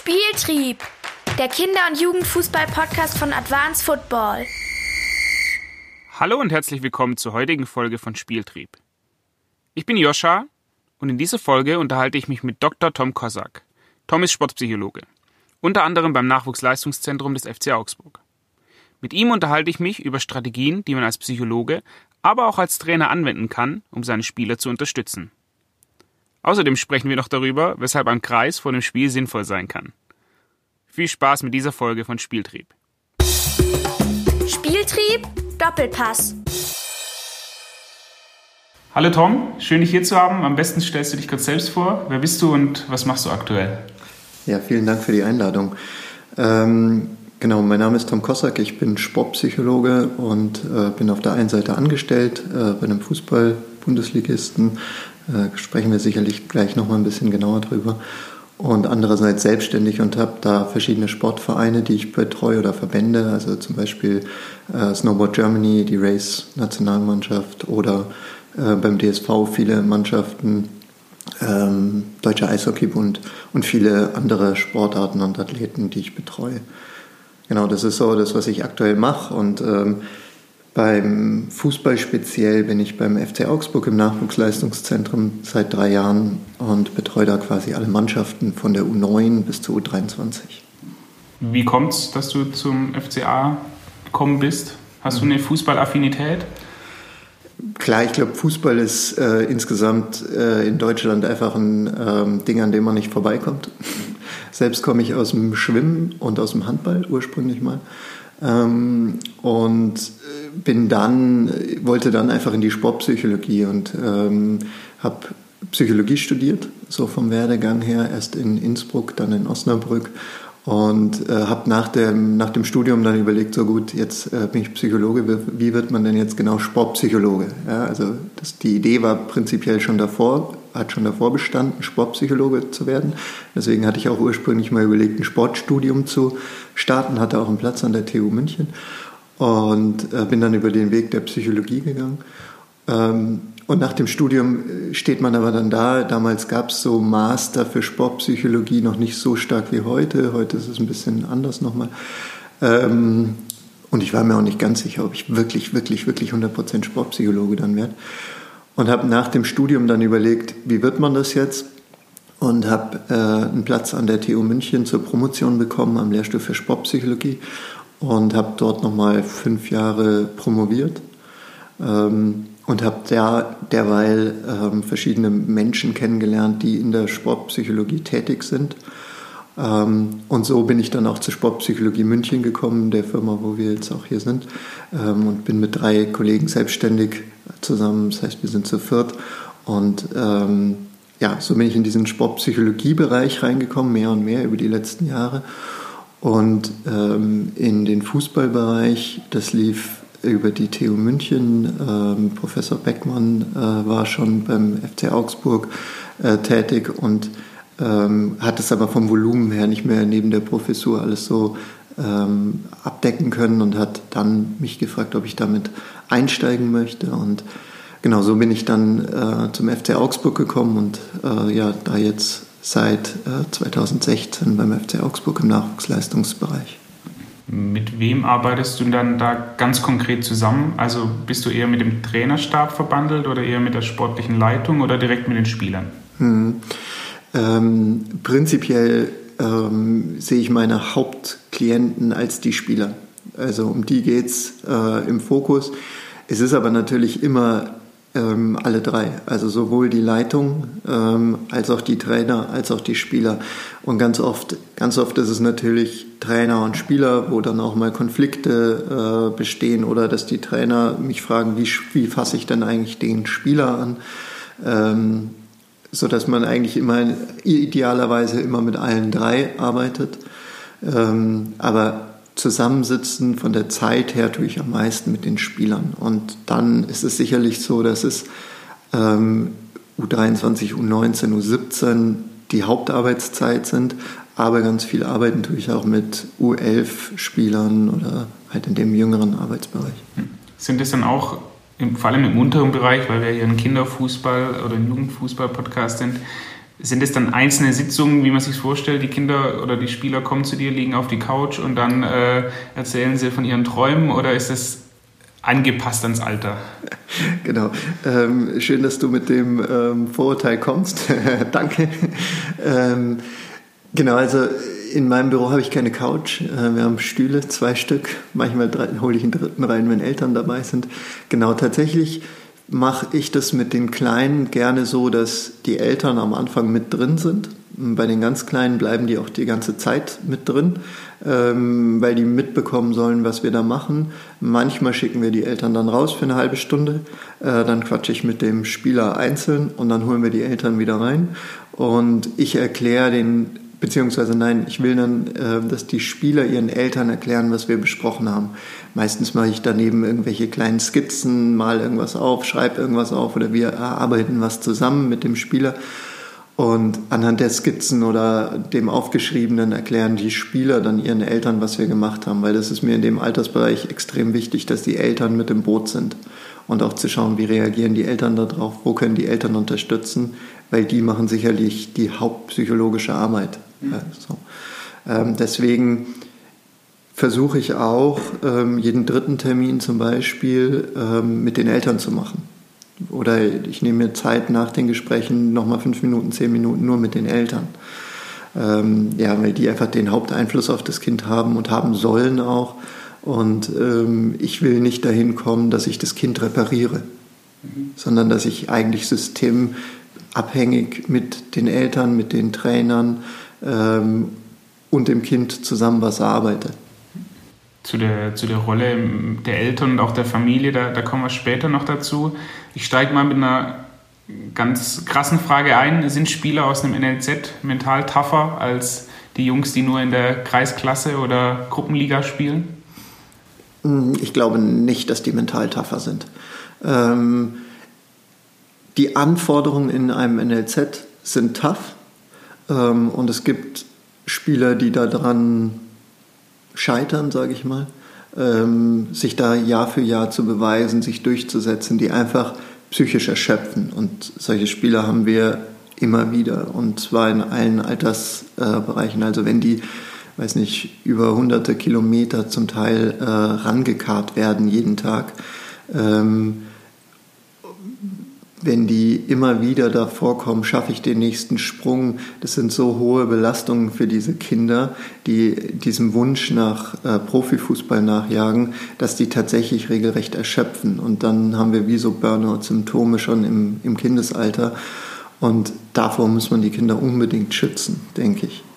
Spieltrieb, der Kinder- und Jugendfußball-Podcast von Advanced Football. Hallo und herzlich willkommen zur heutigen Folge von Spieltrieb. Ich bin Joscha und in dieser Folge unterhalte ich mich mit Dr. Tom Kossak. Tom ist Sportpsychologe, unter anderem beim Nachwuchsleistungszentrum des FC Augsburg. Mit ihm unterhalte ich mich über Strategien, die man als Psychologe, aber auch als Trainer anwenden kann, um seine Spieler zu unterstützen. Außerdem sprechen wir noch darüber, weshalb ein Kreis vor dem Spiel sinnvoll sein kann. Viel Spaß mit dieser Folge von Spieltrieb. Spieltrieb, Doppelpass. Hallo Tom, schön dich hier zu haben. Am besten stellst du dich kurz selbst vor. Wer bist du und was machst du aktuell? Ja, vielen Dank für die Einladung. Genau, mein Name ist Tom Kossak, ich bin Sportpsychologe und bin auf der einen Seite angestellt bei einem Fußball-Bundesligisten. Sprechen wir sicherlich gleich nochmal ein bisschen genauer drüber. Und andererseits selbstständig und habe da verschiedene Sportvereine, die ich betreue oder Verbände, also zum Beispiel Snowboard Germany, die Race-Nationalmannschaft oder beim DSV viele Mannschaften, Deutscher Eishockeybund und viele andere Sportarten und Athleten, die ich betreue. Genau, das ist so das, was ich aktuell mache. Und beim Fußball speziell bin ich beim FC Augsburg im Nachwuchsleistungszentrum seit 3 Jahren und betreue da quasi alle Mannschaften von der U9 bis zur U23. Wie kommt es, dass du zum FCA gekommen bist? Hast du eine Fußballaffinität? Klar, ich glaube, Fußball ist insgesamt in Deutschland einfach ein Ding, an dem man nicht vorbeikommt. Selbst komme ich aus dem Schwimmen und aus dem Handball ursprünglich mal. Und wollte dann einfach in die Sportpsychologie und habe Psychologie studiert, so vom Werdegang her, erst in Innsbruck, dann in Osnabrück und habe nach dem Studium dann überlegt, so gut, jetzt bin ich Psychologe, wie wird man denn jetzt genau Sportpsychologe? Ja, also die Idee war prinzipiell hat schon davor bestanden, Sportpsychologe zu werden. Deswegen hatte ich auch ursprünglich mal überlegt, ein Sportstudium zu starten, hatte auch einen Platz an der TU München und bin dann über den Weg der Psychologie gegangen. Und nach dem Studium steht man aber dann da. Damals gab es so Master für Sportpsychologie noch nicht so stark wie heute. Heute ist es ein bisschen anders nochmal. Und ich war mir auch nicht ganz sicher, ob ich wirklich 100% Sportpsychologe dann werde. Und habe nach dem Studium dann überlegt, wie wird man das jetzt? Und habe einen Platz an der TU München zur Promotion bekommen am Lehrstuhl für Sportpsychologie und habe dort nochmal 5 Jahre promoviert und habe derweil verschiedene Menschen kennengelernt, die in der Sportpsychologie tätig sind. Und so bin ich dann auch zur Sportpsychologie München gekommen, der Firma, wo wir jetzt auch hier sind, und bin mit 3 Kollegen selbstständig zusammen, das heißt, wir sind zu 4. Und so bin ich in diesen Sportpsychologie-Bereich reingekommen, mehr und mehr über die letzten Jahre. Und in den Fußballbereich, das lief über die TU München. Professor Beckmann war schon beim FC Augsburg tätig und hat es aber vom Volumen her nicht mehr neben der Professur alles so abdecken können und hat dann mich gefragt, ob ich damit einsteigen möchte. Und genau so bin ich dann zum FC Augsburg gekommen und da jetzt seit 2016 beim FC Augsburg im Nachwuchsleistungsbereich. Mit wem arbeitest du dann da ganz konkret zusammen? Also bist du eher mit dem Trainerstab verbandelt oder eher mit der sportlichen Leitung oder direkt mit den Spielern? Prinzipiell sehe ich meine Hauptklienten als die Spieler. Also um die geht es im Fokus. Es ist aber natürlich immer alle 3, also sowohl die Leitung als auch die Trainer, als auch die Spieler. Und ganz oft ist es natürlich Trainer und Spieler, wo dann auch mal Konflikte bestehen oder dass die Trainer mich fragen, wie fasse ich denn eigentlich den Spieler an, sodass man eigentlich idealerweise immer mit allen 3 arbeitet. Aber zusammensitzen von der Zeit her tue ich am meisten mit den Spielern. Und dann ist es sicherlich so, dass es U23, U19, U17 die Hauptarbeitszeit sind, aber ganz viel arbeiten tue ich auch mit U11-Spielern oder halt in dem jüngeren Arbeitsbereich. Sind das dann auch, vor allem im unteren Bereich, weil wir hier ein Kinderfußball- oder ein Jugendfußball-Podcast sind, Sind es dann einzelne Sitzungen, wie man sich vorstellt? Die Kinder oder die Spieler kommen zu dir, liegen auf die Couch und dann erzählen sie von ihren Träumen, oder ist es angepasst ans Alter? Genau. Schön, dass du mit dem Vorurteil kommst. Danke. Genau, also in meinem Büro habe ich keine Couch. Wir haben Stühle, 2 Stück. Manchmal hole ich einen dritten rein, wenn Eltern dabei sind. Genau, tatsächlich mache ich das mit den Kleinen gerne so, dass die Eltern am Anfang mit drin sind. Bei den ganz Kleinen bleiben die auch die ganze Zeit mit drin, weil die mitbekommen sollen, was wir da machen. Manchmal schicken wir die Eltern dann raus für eine halbe Stunde. Dann quatsche ich mit dem Spieler einzeln und dann holen wir die Eltern wieder rein. Und ich erkläre ich will dann, dass die Spieler ihren Eltern erklären, was wir besprochen haben. Meistens mache ich daneben irgendwelche kleinen Skizzen, mal irgendwas auf, schreibe irgendwas auf oder wir erarbeiten was zusammen mit dem Spieler. Und anhand der Skizzen oder dem Aufgeschriebenen erklären die Spieler dann ihren Eltern, was wir gemacht haben. Weil das ist mir in dem Altersbereich extrem wichtig, dass die Eltern mit im Boot sind. Und auch zu schauen, wie reagieren die Eltern darauf, wo können die Eltern unterstützen, weil die machen sicherlich die hauptpsychologische Arbeit. Deswegen versuche ich auch, jeden 3. Termin zum Beispiel mit den Eltern zu machen. Oder ich nehme mir Zeit nach den Gesprächen, nochmal 5 Minuten, 10 Minuten nur mit den Eltern. Weil die einfach den Haupteinfluss auf das Kind haben und haben sollen auch. Und ich will nicht dahin kommen, dass ich das Kind repariere, sondern dass ich eigentlich systemabhängig mit den Eltern, mit den Trainern und dem Kind zusammen was arbeite. Zu der Rolle der Eltern und auch der Familie, da kommen wir später noch dazu. Ich steige mal mit einer ganz krassen Frage ein. Sind Spieler aus einem NLZ mental tougher als die Jungs, die nur in der Kreisklasse oder Gruppenliga spielen? Ich glaube nicht, dass die mental tougher sind. Die Anforderungen in einem NLZ sind tough und es gibt Spieler, die daran scheitern, sage ich mal, sich da Jahr für Jahr zu beweisen, sich durchzusetzen, die einfach psychisch erschöpfen. Und solche Spieler haben wir immer wieder und zwar in allen Altersbereichen. Also wenn die, über hunderte Kilometer zum Teil rangekarrt werden jeden Tag, wenn die immer wieder da vorkommen, schaffe ich den nächsten Sprung. Das sind so hohe Belastungen für diese Kinder, die diesem Wunsch nach Profifußball nachjagen, dass die tatsächlich regelrecht erschöpfen. Und dann haben wir wie so Burnout-Symptome schon im Kindesalter. Und davor muss man die Kinder unbedingt schützen, denke ich.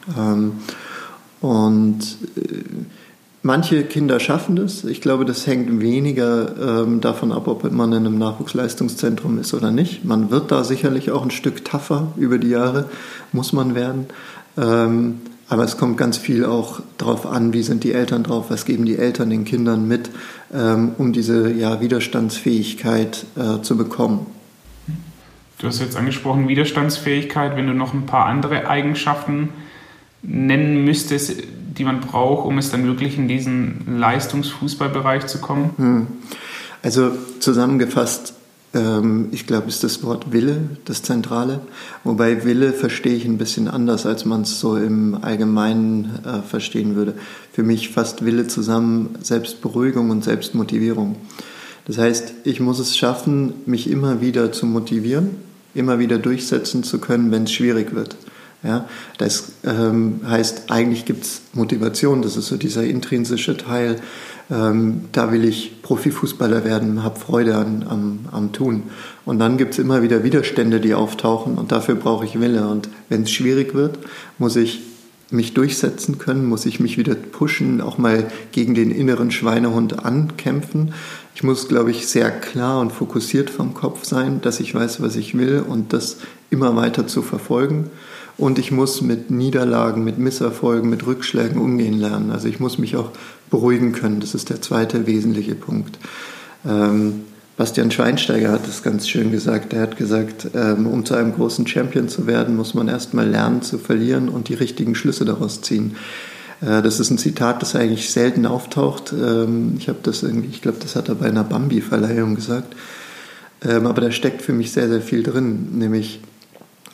Manche Kinder schaffen das. Ich glaube, das hängt weniger davon ab, ob man in einem Nachwuchsleistungszentrum ist oder nicht. Man wird da sicherlich auch ein Stück tougher über die Jahre, muss man werden. Aber es kommt ganz viel auch darauf an, wie sind die Eltern drauf, was geben die Eltern den Kindern mit, um diese Widerstandsfähigkeit zu bekommen. Du hast jetzt angesprochen, Widerstandsfähigkeit. Wenn du noch ein paar andere Eigenschaften nennen müsstest, die man braucht, um es dann wirklich in diesen Leistungsfußballbereich zu kommen? Also zusammengefasst, ich glaube, ist das Wort Wille das Zentrale. Wobei Wille verstehe ich ein bisschen anders, als man es so im Allgemeinen verstehen würde. Für mich fasst Wille zusammen Selbstberuhigung und Selbstmotivierung. Das heißt, ich muss es schaffen, mich immer wieder zu motivieren, immer wieder durchsetzen zu können, wenn es schwierig wird. Ja, das heißt, eigentlich gibt es Motivation, das ist so dieser intrinsische Teil, da will ich Profifußballer werden, habe Freude am Tun. Und dann gibt es immer wieder Widerstände, die auftauchen und dafür brauche ich Wille. Und wenn es schwierig wird, muss ich mich durchsetzen können, muss ich mich wieder pushen, auch mal gegen den inneren Schweinehund ankämpfen. Ich muss, glaube ich, sehr klar und fokussiert vom Kopf sein, dass ich weiß, was ich will und das immer weiter zu verfolgen. Und ich muss mit Niederlagen, mit Misserfolgen, mit Rückschlägen umgehen lernen. Also ich muss mich auch beruhigen können. Das ist der zweite wesentliche Punkt. Bastian Schweinsteiger hat es ganz schön gesagt. Er hat gesagt, um zu einem großen Champion zu werden, muss man erst mal lernen zu verlieren und die richtigen Schlüsse daraus ziehen. Das ist ein Zitat, das eigentlich selten auftaucht. Ich glaube, das hat er bei einer Bambi-Verleihung gesagt. Aber da steckt für mich sehr, sehr viel drin. Nämlich,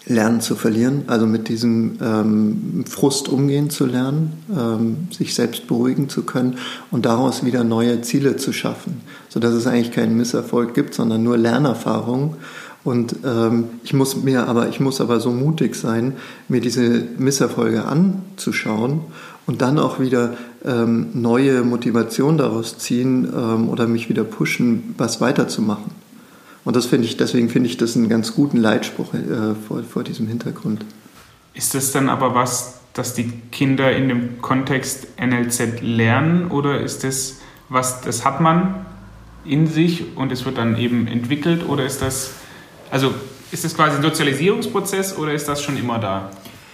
lernen zu verlieren, also mit diesem Frust umgehen zu lernen, sich selbst beruhigen zu können und daraus wieder neue Ziele zu schaffen, sodass es eigentlich keinen Misserfolg gibt, sondern nur Lernerfahrungen. Und ich muss aber so mutig sein, mir diese Misserfolge anzuschauen und dann auch wieder neue Motivation daraus ziehen oder mich wieder pushen, was weiterzumachen. Und deswegen finde ich das einen ganz guten Leitspruch vor diesem Hintergrund. Ist das dann aber was, dass die Kinder in dem Kontext NLZ lernen, oder ist das was, das hat man in sich und es wird dann eben entwickelt, oder ist das quasi ein Sozialisierungsprozess oder ist das schon immer da?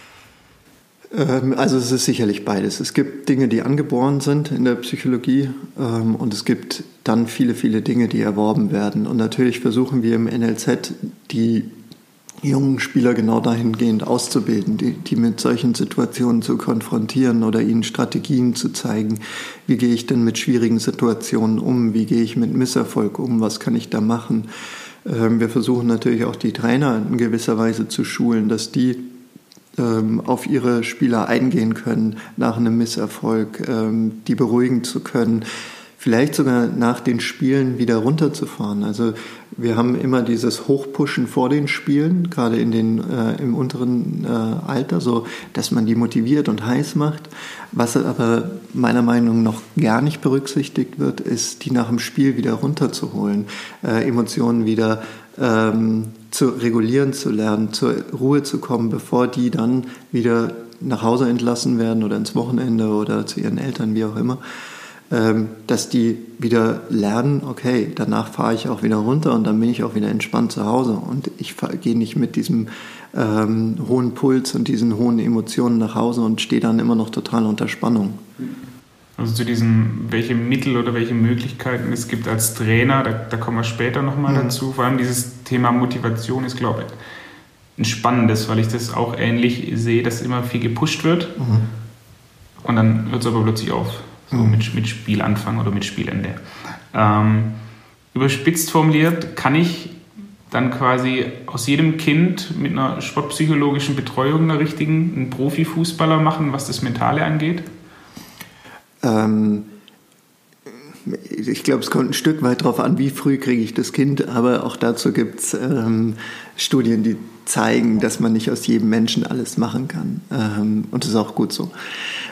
Also es ist sicherlich beides. Es gibt Dinge, die angeboren sind in der Psychologie und es gibt dann viele, viele Dinge, die erworben werden. Und natürlich versuchen wir im NLZ die jungen Spieler genau dahingehend auszubilden, die mit solchen Situationen zu konfrontieren oder ihnen Strategien zu zeigen. Wie gehe ich denn mit schwierigen Situationen um? Wie gehe ich mit Misserfolg um? Was kann ich da machen? Wir versuchen natürlich auch die Trainer in gewisser Weise zu schulen, dass die auf ihre Spieler eingehen können nach einem Misserfolg, die beruhigen zu können, vielleicht sogar nach den Spielen wieder runterzufahren. Also wir haben immer dieses Hochpushen vor den Spielen, gerade im unteren Alter, so dass man die motiviert und heiß macht. Was aber meiner Meinung nach noch gar nicht berücksichtigt wird, ist, die nach dem Spiel wieder runterzuholen, Emotionen wieder zu regulieren zu lernen, zur Ruhe zu kommen, bevor die dann wieder nach Hause entlassen werden oder ins Wochenende oder zu ihren Eltern, wie auch immer, dass die wieder lernen, okay, danach fahre ich auch wieder runter und dann bin ich auch wieder entspannt zu Hause und ich gehe nicht mit diesem hohen Puls und diesen hohen Emotionen nach Hause und stehe dann immer noch total unter Spannung. Also zu diesem, welche Mittel oder welche Möglichkeiten es gibt als Trainer, da kommen wir später nochmal dazu. Vor allem dieses Thema Motivation ist, glaube ich, ein spannendes, weil ich das auch ähnlich sehe, dass immer viel gepusht wird und dann hört es aber plötzlich auf, so mit Spielanfang oder mit Spielende. Überspitzt formuliert, kann ich dann quasi aus jedem Kind mit einer sportpsychologischen Betreuung einen Profifußballer machen, was das Mentale angeht? Ich glaube, es kommt ein Stück weit darauf an, wie früh kriege ich das Kind, aber auch dazu gibt es Studien, die zeigen, dass man nicht aus jedem Menschen alles machen kann. Und das ist auch gut so.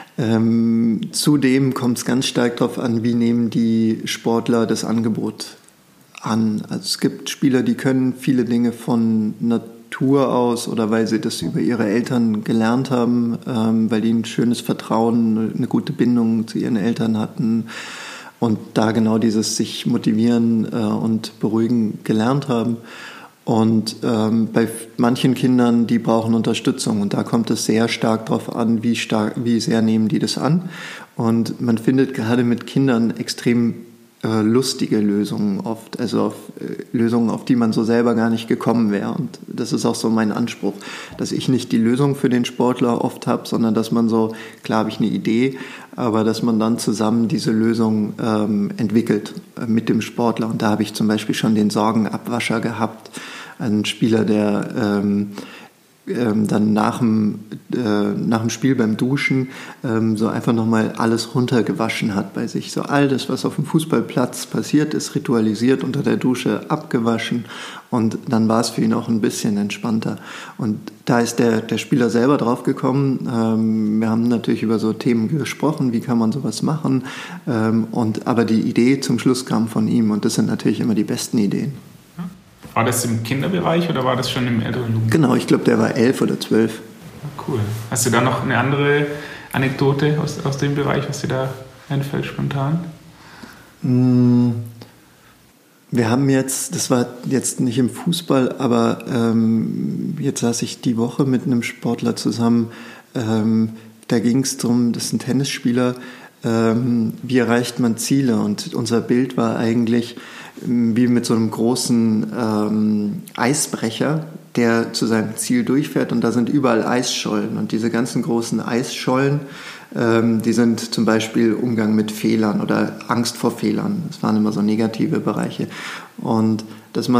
Zudem kommt es ganz stark darauf an, wie nehmen die Sportler das Angebot an. Also es gibt Spieler, die können viele Dinge von Natur aus oder weil sie das über ihre Eltern gelernt haben, weil die ein schönes Vertrauen, eine gute Bindung zu ihren Eltern hatten und da genau dieses sich motivieren und beruhigen gelernt haben. Und bei manchen Kindern, die brauchen Unterstützung und da kommt es sehr stark darauf an, wie sehr nehmen die das an. Und man findet gerade mit Kindern extrem lustige Lösungen oft, also Lösungen, auf die man so selber gar nicht gekommen wäre. Und das ist auch so mein Anspruch, dass ich nicht die Lösung für den Sportler oft habe, sondern dass man so, klar habe ich eine Idee, aber dass man dann zusammen diese Lösung entwickelt mit dem Sportler. Und da habe ich zum Beispiel schon den Sorgenabwascher gehabt, einen Spieler, der dann nach dem Spiel beim Duschen so einfach nochmal alles runtergewaschen hat bei sich. So all das, was auf dem Fußballplatz passiert ist, ritualisiert unter der Dusche abgewaschen und dann war es für ihn auch ein bisschen entspannter. Und da ist der Spieler selber drauf gekommen. Wir haben natürlich über so Themen gesprochen, wie kann man sowas machen, aber die Idee zum Schluss kam von ihm und das sind natürlich immer die besten Ideen. War das im Kinderbereich oder war das schon im älteren Jugend? Genau, ich glaube, der war 11 oder 12. Cool. Hast du da noch eine andere Anekdote aus dem Bereich, was dir da einfällt spontan? Wir haben jetzt, das war jetzt nicht im Fußball, aber jetzt saß ich die Woche mit einem Sportler zusammen. Da ging es darum, das ist ein Tennisspieler, wie erreicht man Ziele? Und unser Bild war eigentlich wie mit so einem großen Eisbrecher, der zu seinem Ziel durchfährt und da sind überall Eisschollen und diese ganzen großen Eisschollen, die sind zum Beispiel Umgang mit Fehlern oder Angst vor Fehlern. Das waren immer so negative Bereiche und dass man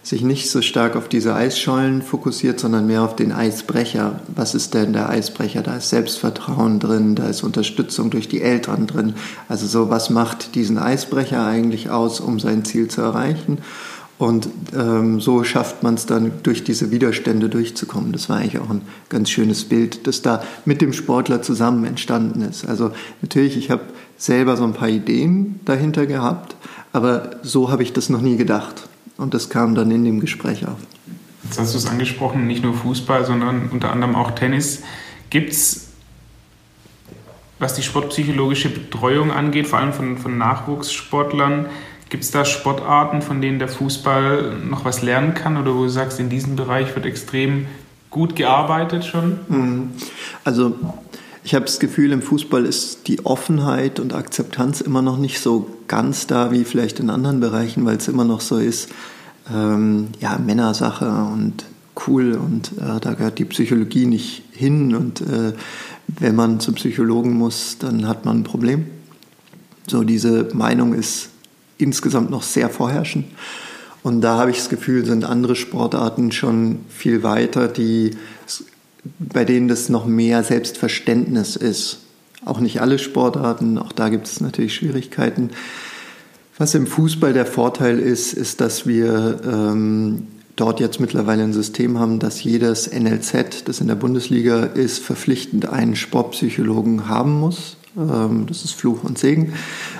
sich nicht so stark auf diese Eisschollen fokussiert, sondern mehr auf den Eisbrecher. Was ist denn der Eisbrecher? Da ist Selbstvertrauen drin, da ist Unterstützung durch die Eltern drin. Also so, was macht diesen Eisbrecher eigentlich aus, um sein Ziel zu erreichen? Und so schafft man es dann, durch diese Widerstände durchzukommen. Das war eigentlich auch ein ganz schönes Bild, das da mit dem Sportler zusammen entstanden ist. Also natürlich, ich habe selber so ein paar Ideen dahinter gehabt, aber so habe ich das noch nie gedacht. Und das kam dann in dem Gespräch auf. Jetzt hast du es angesprochen, nicht nur Fußball, sondern unter anderem auch Tennis. Gibt es, was die sportpsychologische Betreuung angeht, vor allem von Nachwuchssportlern, gibt es da Sportarten, von denen der Fußball noch was lernen kann oder wo du sagst, in diesem Bereich wird extrem gut gearbeitet schon? Also ich habe das Gefühl, im Fußball ist die Offenheit und Akzeptanz immer noch nicht so ganz da wie vielleicht in anderen Bereichen, weil es immer noch so ist, Männersache und cool und da gehört die Psychologie nicht hin und wenn man zum Psychologen muss, dann hat man ein Problem. So, diese Meinung ist insgesamt noch sehr vorherrschend. Und da habe ich das Gefühl, sind andere Sportarten schon viel weiter, bei denen das noch mehr Selbstverständnis ist. Auch nicht alle Sportarten, auch da gibt es natürlich Schwierigkeiten. Was im Fußball der Vorteil ist, dass wir dort jetzt mittlerweile ein System haben, dass jedes NLZ, das in der Bundesliga ist, verpflichtend einen Sportpsychologen haben muss. Das ist Fluch und Segen.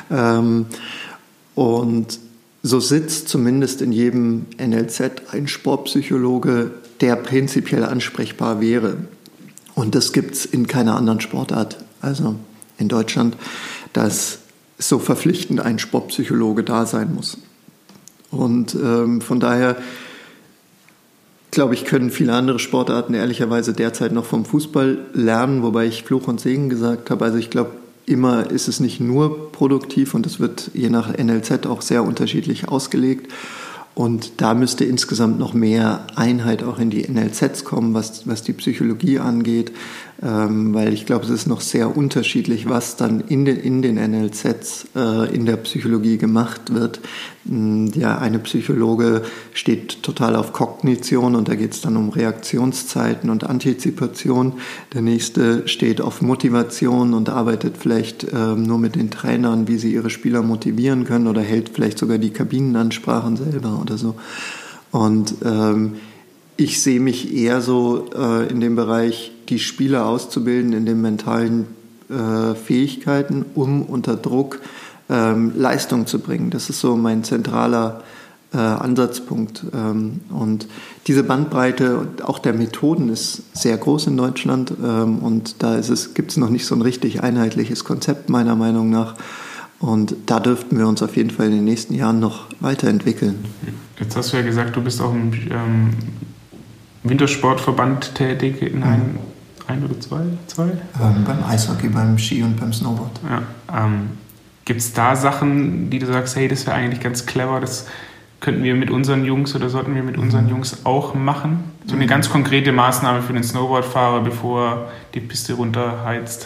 Und so sitzt zumindest in jedem NLZ ein Sportpsychologe, der prinzipiell ansprechbar wäre. Und das gibt es in keiner anderen Sportart, also in Deutschland, dass so verpflichtend ein Sportpsychologe da sein muss. Und von daher, glaube ich, können viele andere Sportarten ehrlicherweise derzeit noch vom Fußball lernen, wobei ich Fluch und Segen gesagt habe. Also ich glaube, immer ist es nicht nur produktiv und es wird je nach NLZ auch sehr unterschiedlich ausgelegt. Und da müsste insgesamt noch mehr Einheit auch in die NLZs kommen, was die Psychologie angeht, weil ich glaube, es ist noch sehr unterschiedlich, was dann in den NLZs in der Psychologie gemacht wird. Der eine Psychologe steht total auf Kognition und da geht es dann um Reaktionszeiten und Antizipation. Der nächste steht auf Motivation und arbeitet vielleicht nur mit den Trainern, wie sie ihre Spieler motivieren können oder hält vielleicht sogar die Kabinenansprachen selber oder so. Und ich sehe mich eher so in dem Bereich, die Spieler auszubilden in den mentalen Fähigkeiten, um unter Druck Leistung zu bringen. Das ist so mein zentraler Ansatzpunkt. Und diese Bandbreite auch der Methoden ist sehr groß in Deutschland und da gibt es noch nicht so ein richtig einheitliches Konzept meiner Meinung nach. Und da dürften wir uns auf jeden Fall in den nächsten Jahren noch weiterentwickeln. Jetzt hast du ja gesagt, du bist auch im Wintersportverband tätig in ein oder zwei? Beim Eishockey, beim Ski und beim Snowboard. Ja, gibt es da Sachen, die du sagst, hey, das wäre eigentlich ganz clever, das könnten wir mit unseren Jungs oder sollten wir mit unseren Jungs auch machen? So eine ganz konkrete Maßnahme für den Snowboardfahrer, bevor die Piste runterheizt.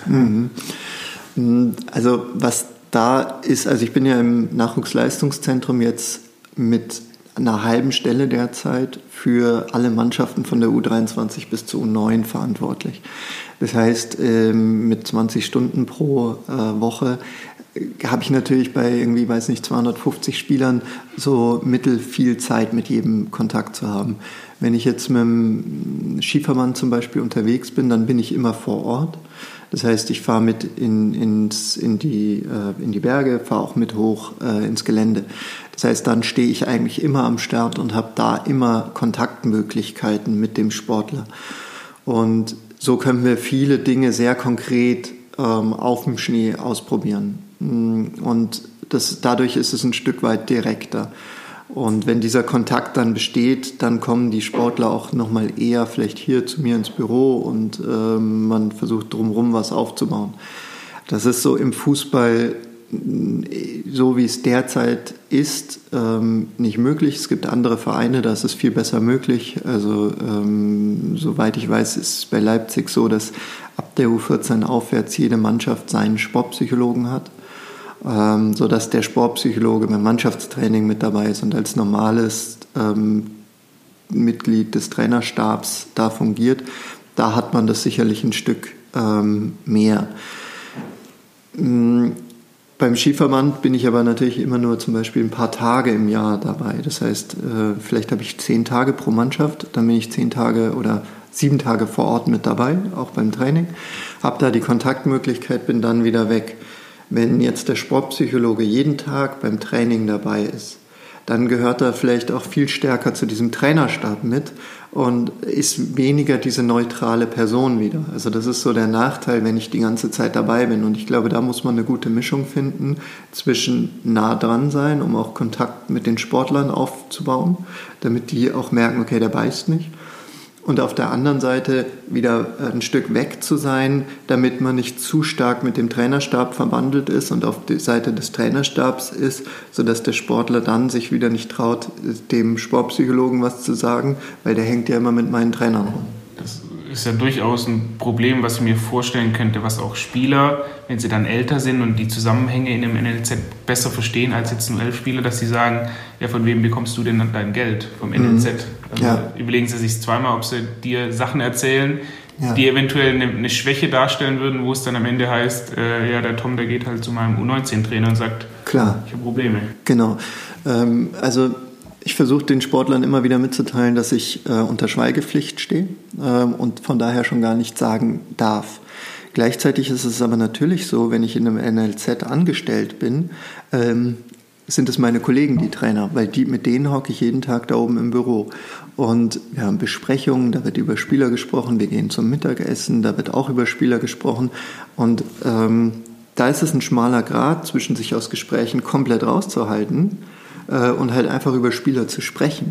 Also was da ist, also ich bin ja im Nachwuchsleistungszentrum jetzt mit einer halben Stelle derzeit für alle Mannschaften von der U23 bis zur U9 verantwortlich. Das heißt, mit 20 Stunden pro Woche habe ich natürlich bei irgendwie, 250 Spielern so viel Zeit, mit jedem Kontakt zu haben. Wenn ich jetzt mit dem Skiverband zum Beispiel unterwegs bin, dann bin ich immer vor Ort. Das heißt, ich fahre mit in die Berge, fahre auch mit hoch ins Gelände. Das heißt, dann stehe ich eigentlich immer am Start und habe da immer Kontaktmöglichkeiten mit dem Sportler. Und so können wir viele Dinge sehr konkret auf dem Schnee ausprobieren. Und dadurch ist es ein Stück weit direkter. Und wenn dieser Kontakt dann besteht, dann kommen die Sportler auch nochmal eher vielleicht hier zu mir ins Büro und man versucht drumherum was aufzubauen. Das ist so im Fußball, so wie es derzeit ist, nicht möglich. Es gibt andere Vereine, da ist es viel besser möglich. Also soweit ich weiß, ist es bei Leipzig so, dass ab der U14 aufwärts jede Mannschaft seinen Sportpsychologen hat, sodass der Sportpsychologe beim Mannschaftstraining mit dabei ist und als normales Mitglied des Trainerstabs da fungiert, da hat man das sicherlich ein Stück mehr. Beim Skiverband bin ich aber natürlich immer nur zum Beispiel ein paar Tage im Jahr dabei. Das heißt, vielleicht habe ich 10 Tage pro Mannschaft, dann bin ich 10 Tage oder 7 Tage vor Ort mit dabei, auch beim Training, habe da die Kontaktmöglichkeit, bin dann wieder weg. Wenn jetzt der Sportpsychologe jeden Tag beim Training dabei ist, dann gehört er vielleicht auch viel stärker zu diesem Trainerstab mit und ist weniger diese neutrale Person wieder. Also das ist so der Nachteil, wenn ich die ganze Zeit dabei bin. Und ich glaube, da muss man eine gute Mischung finden zwischen nah dran sein, um auch Kontakt mit den Sportlern aufzubauen, damit die auch merken, okay, der beißt nicht. Und auf der anderen Seite wieder ein Stück weg zu sein, damit man nicht zu stark mit dem Trainerstab verbandelt ist und auf der Seite des Trainerstabs ist, sodass der Sportler dann sich wieder nicht traut, dem Sportpsychologen was zu sagen, weil der hängt ja immer mit meinen Trainern rum. Das ist ja durchaus ein Problem, was ich mir vorstellen könnte, was auch Spieler, wenn sie dann älter sind und die Zusammenhänge in dem NLZ besser verstehen als jetzt nur 11 Spieler, dass sie sagen, ja, von wem bekommst du denn dein Geld? Vom NLZ. Also überlegen sie sich zweimal, ob sie dir Sachen erzählen, die eventuell eine Schwäche darstellen würden, wo es dann am Ende heißt, ja, der Tom, der geht halt zu meinem U19-Trainer und sagt, klar, ich habe Probleme. Genau. Also ich versuche den Sportlern immer wieder mitzuteilen, dass ich unter Schweigepflicht stehe und von daher schon gar nichts sagen darf. Gleichzeitig ist es aber natürlich so, wenn ich in einem NLZ angestellt bin, sind es meine Kollegen, die Trainer, weil mit denen hocke ich jeden Tag da oben im Büro. Und wir haben Besprechungen, da wird über Spieler gesprochen, wir gehen zum Mittagessen, da wird auch über Spieler gesprochen. Und da ist es ein schmaler Grat zwischen sich aus Gesprächen komplett rauszuhalten und halt einfach über Spieler zu sprechen.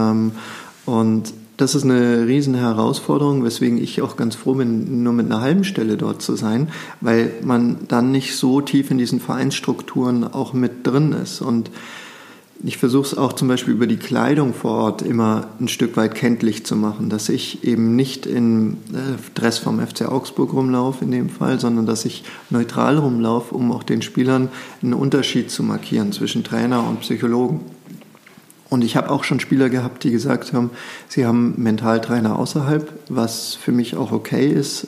Und das ist eine riesen Herausforderung, weswegen ich auch ganz froh bin, nur mit einer halben Stelle dort zu sein, weil man dann nicht so tief in diesen Vereinsstrukturen auch mit drin ist. Und ich versuche es auch zum Beispiel über die Kleidung vor Ort immer ein Stück weit kenntlich zu machen, dass ich eben nicht im Dress vom FC Augsburg rumlaufe in dem Fall, sondern dass ich neutral rumlaufe, um auch den Spielern einen Unterschied zu markieren zwischen Trainer und Psychologen. Und ich habe auch schon Spieler gehabt, die gesagt haben, sie haben Mentaltrainer außerhalb, was für mich auch okay ist,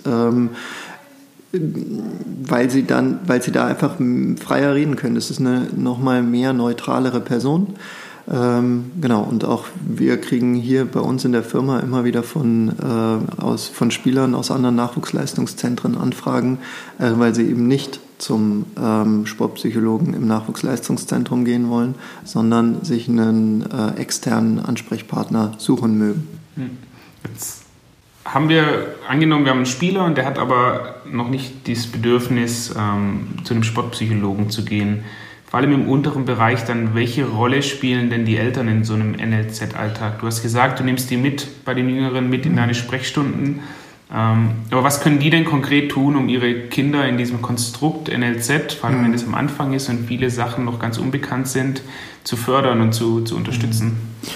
weil sie da einfach freier reden können. Das ist eine nochmal mehr neutralere Person. Genau, und auch wir kriegen hier bei uns in der Firma immer wieder von Spielern aus anderen Nachwuchsleistungszentren Anfragen, weil sie eben nicht zum Sportpsychologen im Nachwuchsleistungszentrum gehen wollen, sondern sich einen externen Ansprechpartner suchen mögen. Jetzt haben wir angenommen, wir haben einen Spieler und der hat aber noch nicht dieses Bedürfnis, zu einem Sportpsychologen zu gehen. Vor allem im unteren Bereich dann, welche Rolle spielen denn die Eltern in so einem NLZ-Alltag? Du hast gesagt, du nimmst die mit bei den Jüngeren mit in deine Sprechstunden. Aber was können die denn konkret tun, um ihre Kinder in diesem Konstrukt NLZ, vor allem wenn es am Anfang ist und viele Sachen noch ganz unbekannt sind, zu fördern und zu unterstützen?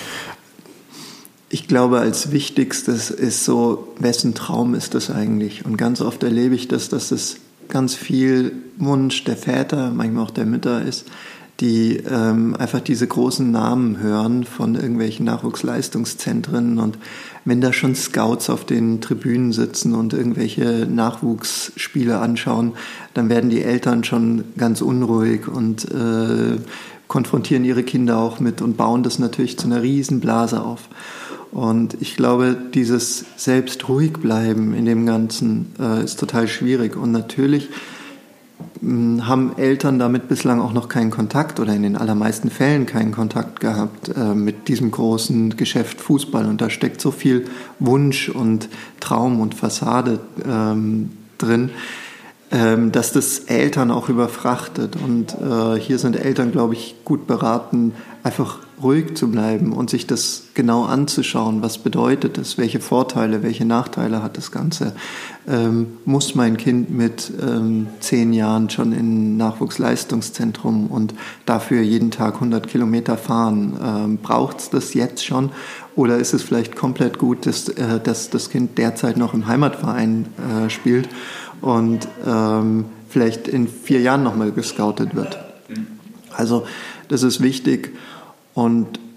Ich glaube, als Wichtigstes ist so, wessen Traum ist das eigentlich? Und ganz oft erlebe ich das, dass es ganz viel Wunsch der Väter, manchmal auch der Mütter ist, die einfach diese großen Namen hören von irgendwelchen Nachwuchsleistungszentren. Und wenn da schon Scouts auf den Tribünen sitzen und irgendwelche Nachwuchsspiele anschauen, dann werden die Eltern schon ganz unruhig und konfrontieren ihre Kinder auch mit und bauen das natürlich zu einer riesen Blase auf. Und ich glaube, dieses selbst ruhig bleiben in dem Ganzen ist total schwierig. Und natürlich haben Eltern damit bislang auch noch keinen Kontakt oder in den allermeisten Fällen keinen Kontakt gehabt mit diesem großen Geschäft Fußball. Und da steckt so viel Wunsch und Traum und Fassade drin, dass das Eltern auch überfrachtet. Und hier sind Eltern, glaube ich, gut beraten, einfach ruhig zu bleiben und sich das genau anzuschauen. Was bedeutet es? Welche Vorteile, welche Nachteile hat das Ganze? Muss mein Kind mit 10 Jahren schon in ein Nachwuchsleistungszentrum und dafür jeden Tag 100 Kilometer fahren? Braucht es das jetzt schon? Oder ist es vielleicht komplett gut, dass das Kind derzeit noch im Heimatverein spielt und vielleicht in 4 Jahren nochmal gescoutet wird? Also das ist wichtig. Und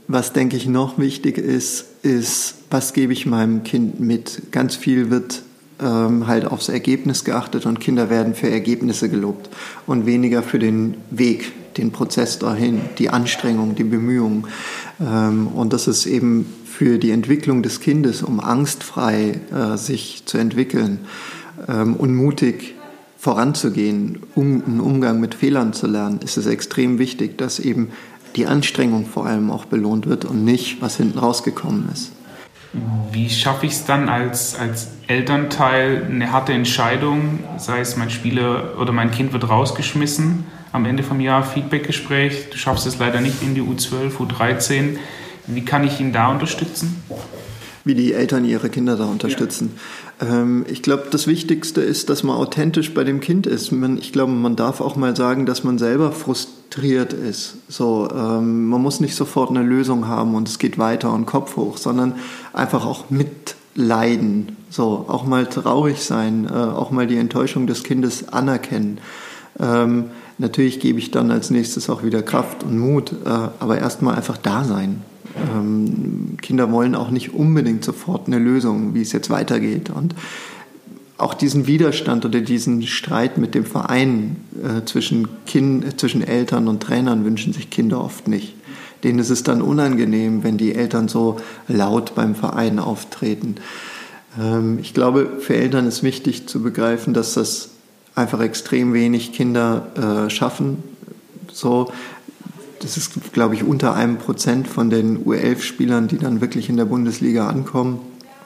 was, denke ich, noch wichtig ist, was gebe ich meinem Kind mit? Ganz viel wird halt aufs Ergebnis geachtet und Kinder werden für Ergebnisse gelobt und weniger für den Weg, den Prozess dahin, die Anstrengung, die Bemühungen. Und das ist eben für die Entwicklung des Kindes, um angstfrei sich zu entwickeln und mutig voranzugehen, um einen Umgang mit Fehlern zu lernen, ist es extrem wichtig, dass eben die Anstrengung vor allem auch belohnt wird und nicht, was hinten rausgekommen ist. Wie schaffe ich es dann als Elternteil, eine harte Entscheidung, sei es mein Spieler oder mein Kind wird rausgeschmissen, am Ende vom Jahr Feedbackgespräch, du schaffst es leider nicht in die U12, U13, wie kann ich ihn da unterstützen? Wie die Eltern ihre Kinder da unterstützen. Ja. Ich glaube, das Wichtigste ist, dass man authentisch bei dem Kind ist. Ich glaube, man darf auch mal sagen, dass man selber frustriert ist. So, man muss nicht sofort eine Lösung haben und es geht weiter und Kopf hoch, sondern einfach auch mitleiden. So, auch mal traurig sein, auch mal die Enttäuschung des Kindes anerkennen. Natürlich gebe ich dann als nächstes auch wieder Kraft und Mut, aber erstmal einfach da sein. Kinder wollen auch nicht unbedingt sofort eine Lösung, wie es jetzt weitergeht. Und auch diesen Widerstand oder diesen Streit mit dem Verein zwischen Eltern und Trainern wünschen sich Kinder oft nicht. Denen ist es dann unangenehm, wenn die Eltern so laut beim Verein auftreten. Ich glaube, für Eltern ist wichtig zu begreifen, dass das einfach extrem wenig Kinder schaffen. So, das ist, glaube ich, unter 1% von den U11-Spielern, die dann wirklich in der Bundesliga ankommen.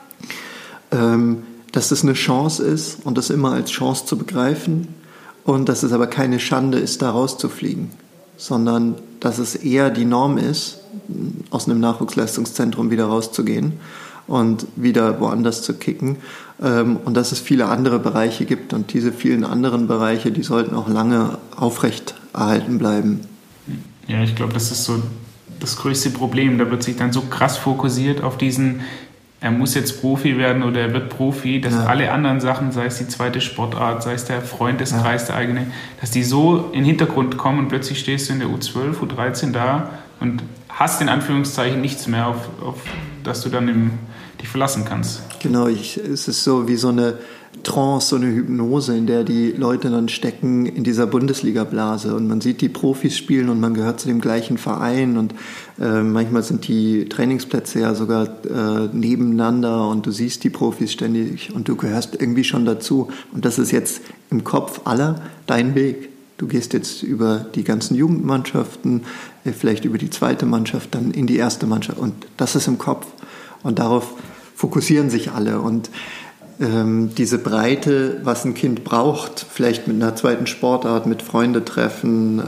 Dass das eine Chance ist und das immer als Chance zu begreifen und dass es aber keine Schande ist, da rauszufliegen, sondern dass es eher die Norm ist, aus einem Nachwuchsleistungszentrum wieder rauszugehen und wieder woanders zu kicken und dass es viele andere Bereiche gibt und diese vielen anderen Bereiche, die sollten auch lange aufrecht erhalten bleiben. Ja, ich glaube, das ist so das größte Problem. Da wird sich dann so krass fokussiert auf diesen, er muss jetzt Profi werden oder er wird Profi, dass alle anderen Sachen, sei es die zweite Sportart, sei es der Freundeskreis, der eigene, dass die so in den Hintergrund kommen und plötzlich stehst du in der U12, U13 da und hast in Anführungszeichen nichts mehr, auf das du dann dich verlassen kannst. Genau, es ist so wie so eine Trance, so eine Hypnose, in der die Leute dann stecken in dieser Bundesliga-Blase und man sieht die Profis spielen und man gehört zu dem gleichen Verein und manchmal sind die Trainingsplätze ja sogar nebeneinander und du siehst die Profis ständig und du gehörst irgendwie schon dazu und das ist jetzt im Kopf aller dein Weg. Du gehst jetzt über die ganzen Jugendmannschaften, vielleicht über die zweite Mannschaft, dann in die erste Mannschaft und das ist im Kopf und darauf fokussieren sich alle und diese Breite, was ein Kind braucht, vielleicht mit einer zweiten Sportart, mit Freunde treffen,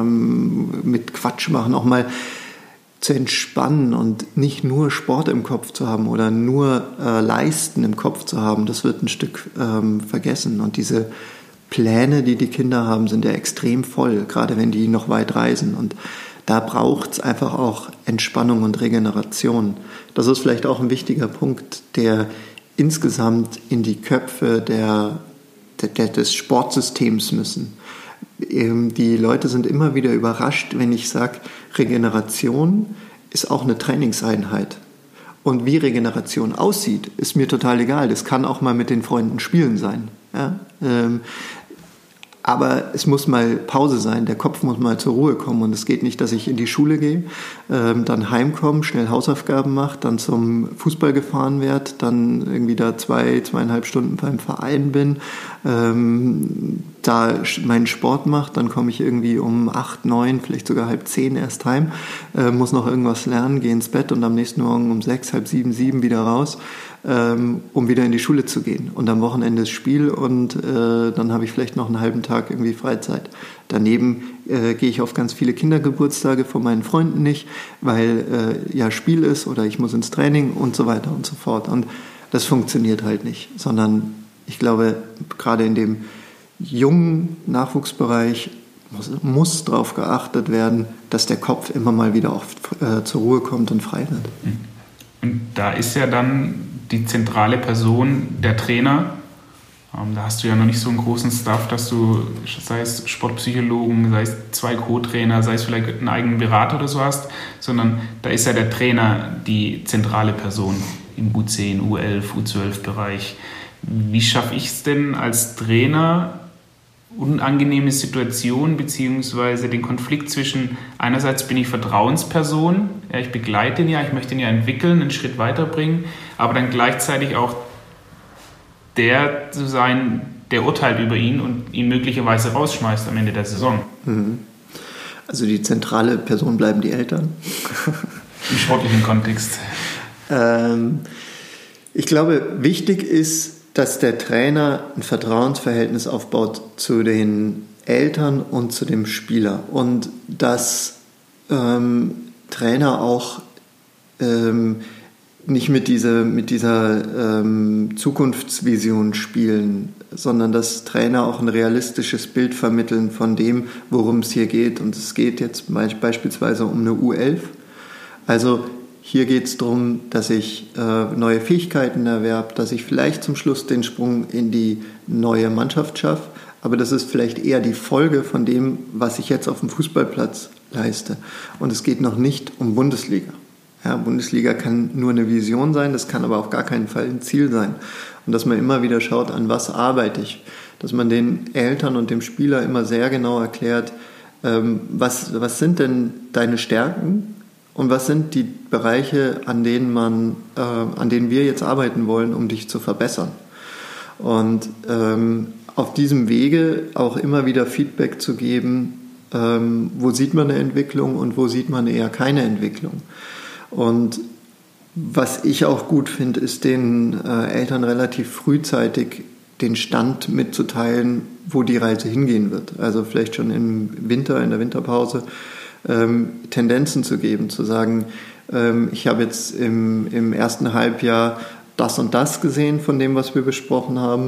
mit Quatsch machen, auch mal zu entspannen und nicht nur Sport im Kopf zu haben oder nur Leisten im Kopf zu haben, das wird ein Stück vergessen. Und diese Pläne, die die Kinder haben, sind ja extrem voll, gerade wenn die noch weit reisen. Und da braucht es einfach auch Entspannung und Regeneration. Das ist vielleicht auch ein wichtiger Punkt, der insgesamt in die Köpfe des Sportsystems müssen. Die Leute sind immer wieder überrascht, wenn ich sage, Regeneration ist auch eine Trainingseinheit. Und wie Regeneration aussieht, ist mir total egal. Das kann auch mal mit den Freunden spielen sein. Ja? Aber es muss mal Pause sein, der Kopf muss mal zur Ruhe kommen und es geht nicht, dass ich in die Schule gehe, dann heimkomme, schnell Hausaufgaben mache, dann zum Fußball gefahren werde, dann irgendwie da 2,5 Stunden beim Verein bin, da meinen Sport mache, dann komme ich irgendwie um 8, 9, vielleicht sogar 9:30 erst heim, muss noch irgendwas lernen, gehe ins Bett und am nächsten Morgen um 6, 6:30, 7 wieder raus, um wieder in die Schule zu gehen. Und am Wochenende das Spiel und dann habe ich vielleicht noch einen halben Tag irgendwie Freizeit. Daneben gehe ich auf ganz viele Kindergeburtstage von meinen Freunden nicht, weil ja Spiel ist oder ich muss ins Training und so weiter und so fort. Und das funktioniert halt nicht, sondern ich glaube, gerade in dem jungen Nachwuchsbereich muss darauf geachtet werden, dass der Kopf immer mal wieder auch zur Ruhe kommt und frei wird. Und da ist ja dann die zentrale Person der Trainer. Da hast du ja noch nicht so einen großen Staff, dass du, sei es Sportpsychologen, sei es 2 Co-Trainer, sei es vielleicht einen eigenen Berater oder so hast, sondern da ist ja der Trainer die zentrale Person im U10, U11, U12-Bereich. Wie schaffe ich es denn als Trainer, unangenehme Situationen beziehungsweise den Konflikt zwischen, einerseits bin ich Vertrauensperson, ja, ich begleite ihn ja, ich möchte ihn ja entwickeln, einen Schritt weiterbringen, aber dann gleichzeitig auch der zu sein, der urteilt über ihn und ihn möglicherweise rausschmeißt am Ende der Saison. Also die zentrale Person bleiben die Eltern. Im sportlichen Kontext. Ich glaube, wichtig ist, dass der Trainer ein Vertrauensverhältnis aufbaut zu den Eltern und zu dem Spieler. Und dass Trainer auch nicht mit dieser Zukunftsvision spielen, sondern dass Trainer auch ein realistisches Bild vermitteln von dem, worum es hier geht. Und es geht jetzt beispielsweise um eine U11. Also hier geht es darum, dass ich neue Fähigkeiten erwerbe, dass ich vielleicht zum Schluss den Sprung in die neue Mannschaft schaffe. Aber das ist vielleicht eher die Folge von dem, was ich jetzt auf dem Fußballplatz leiste. Und es geht noch nicht um Bundesliga. Ja, Bundesliga kann nur eine Vision sein, das kann aber auf gar keinen Fall ein Ziel sein. Und dass man immer wieder schaut, an was arbeite ich. Dass man den Eltern und dem Spieler immer sehr genau erklärt, was sind denn deine Stärken und was sind die Bereiche, an denen wir jetzt arbeiten wollen, um dich zu verbessern. Und auf diesem Wege auch immer wieder Feedback zu geben, wo sieht man eine Entwicklung und wo sieht man eher keine Entwicklung. Und was ich auch gut finde, ist den Eltern relativ frühzeitig den Stand mitzuteilen, wo die Reise hingehen wird. Also vielleicht schon im Winter, in der Winterpause, Tendenzen zu geben, zu sagen, ich habe jetzt im ersten Halbjahr das und das gesehen von dem, was wir besprochen haben,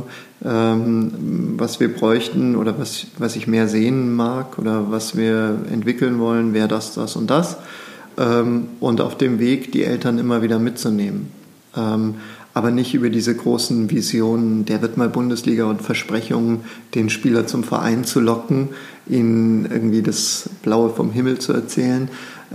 was wir bräuchten oder was ich mehr sehen mag oder was wir entwickeln wollen, wäre das und das. Und auf dem Weg die Eltern immer wieder mitzunehmen. Aber nicht über diese großen Visionen, der wird mal Bundesliga und Versprechungen, den Spieler zum Verein zu locken, ihnen irgendwie das Blaue vom Himmel zu erzählen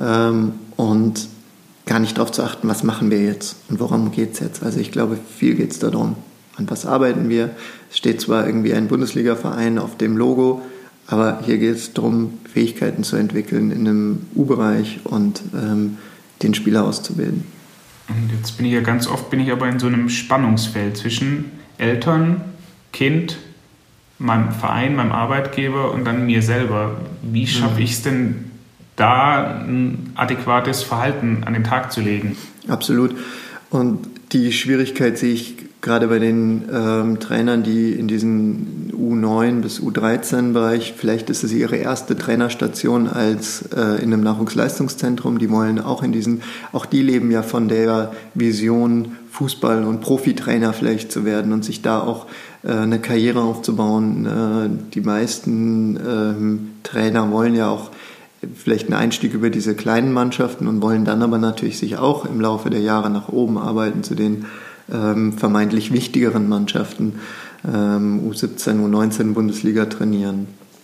und gar nicht darauf zu achten, was machen wir jetzt und worum geht es jetzt. Also ich glaube, viel geht es darum, an was arbeiten wir. Es steht zwar irgendwie ein Bundesliga-Verein auf dem Logo, aber hier geht es darum, Fähigkeiten zu entwickeln in einem U-Bereich und den Spieler auszubilden. Und jetzt bin ich aber in so einem Spannungsfeld zwischen Eltern, Kind, meinem Verein, meinem Arbeitgeber und dann mir selber. Wie schaffe ich es denn, da ein adäquates Verhalten an den Tag zu legen? Absolut. Und die Schwierigkeit sehe ich gerade bei den Trainern, die in diesen U9 bis U13-Bereich, vielleicht ist es ihre erste Trainerstation als in einem Nachwuchsleistungszentrum, die wollen auch auch die leben ja von der Vision, Fußball- und Profitrainer vielleicht zu werden und sich da auch eine Karriere aufzubauen. Die meisten Trainer wollen ja auch vielleicht einen Einstieg über diese kleinen Mannschaften und wollen dann aber natürlich sich auch im Laufe der Jahre nach oben arbeiten zu den vermeintlich wichtigeren Mannschaften, U17, U19 Bundesliga trainieren.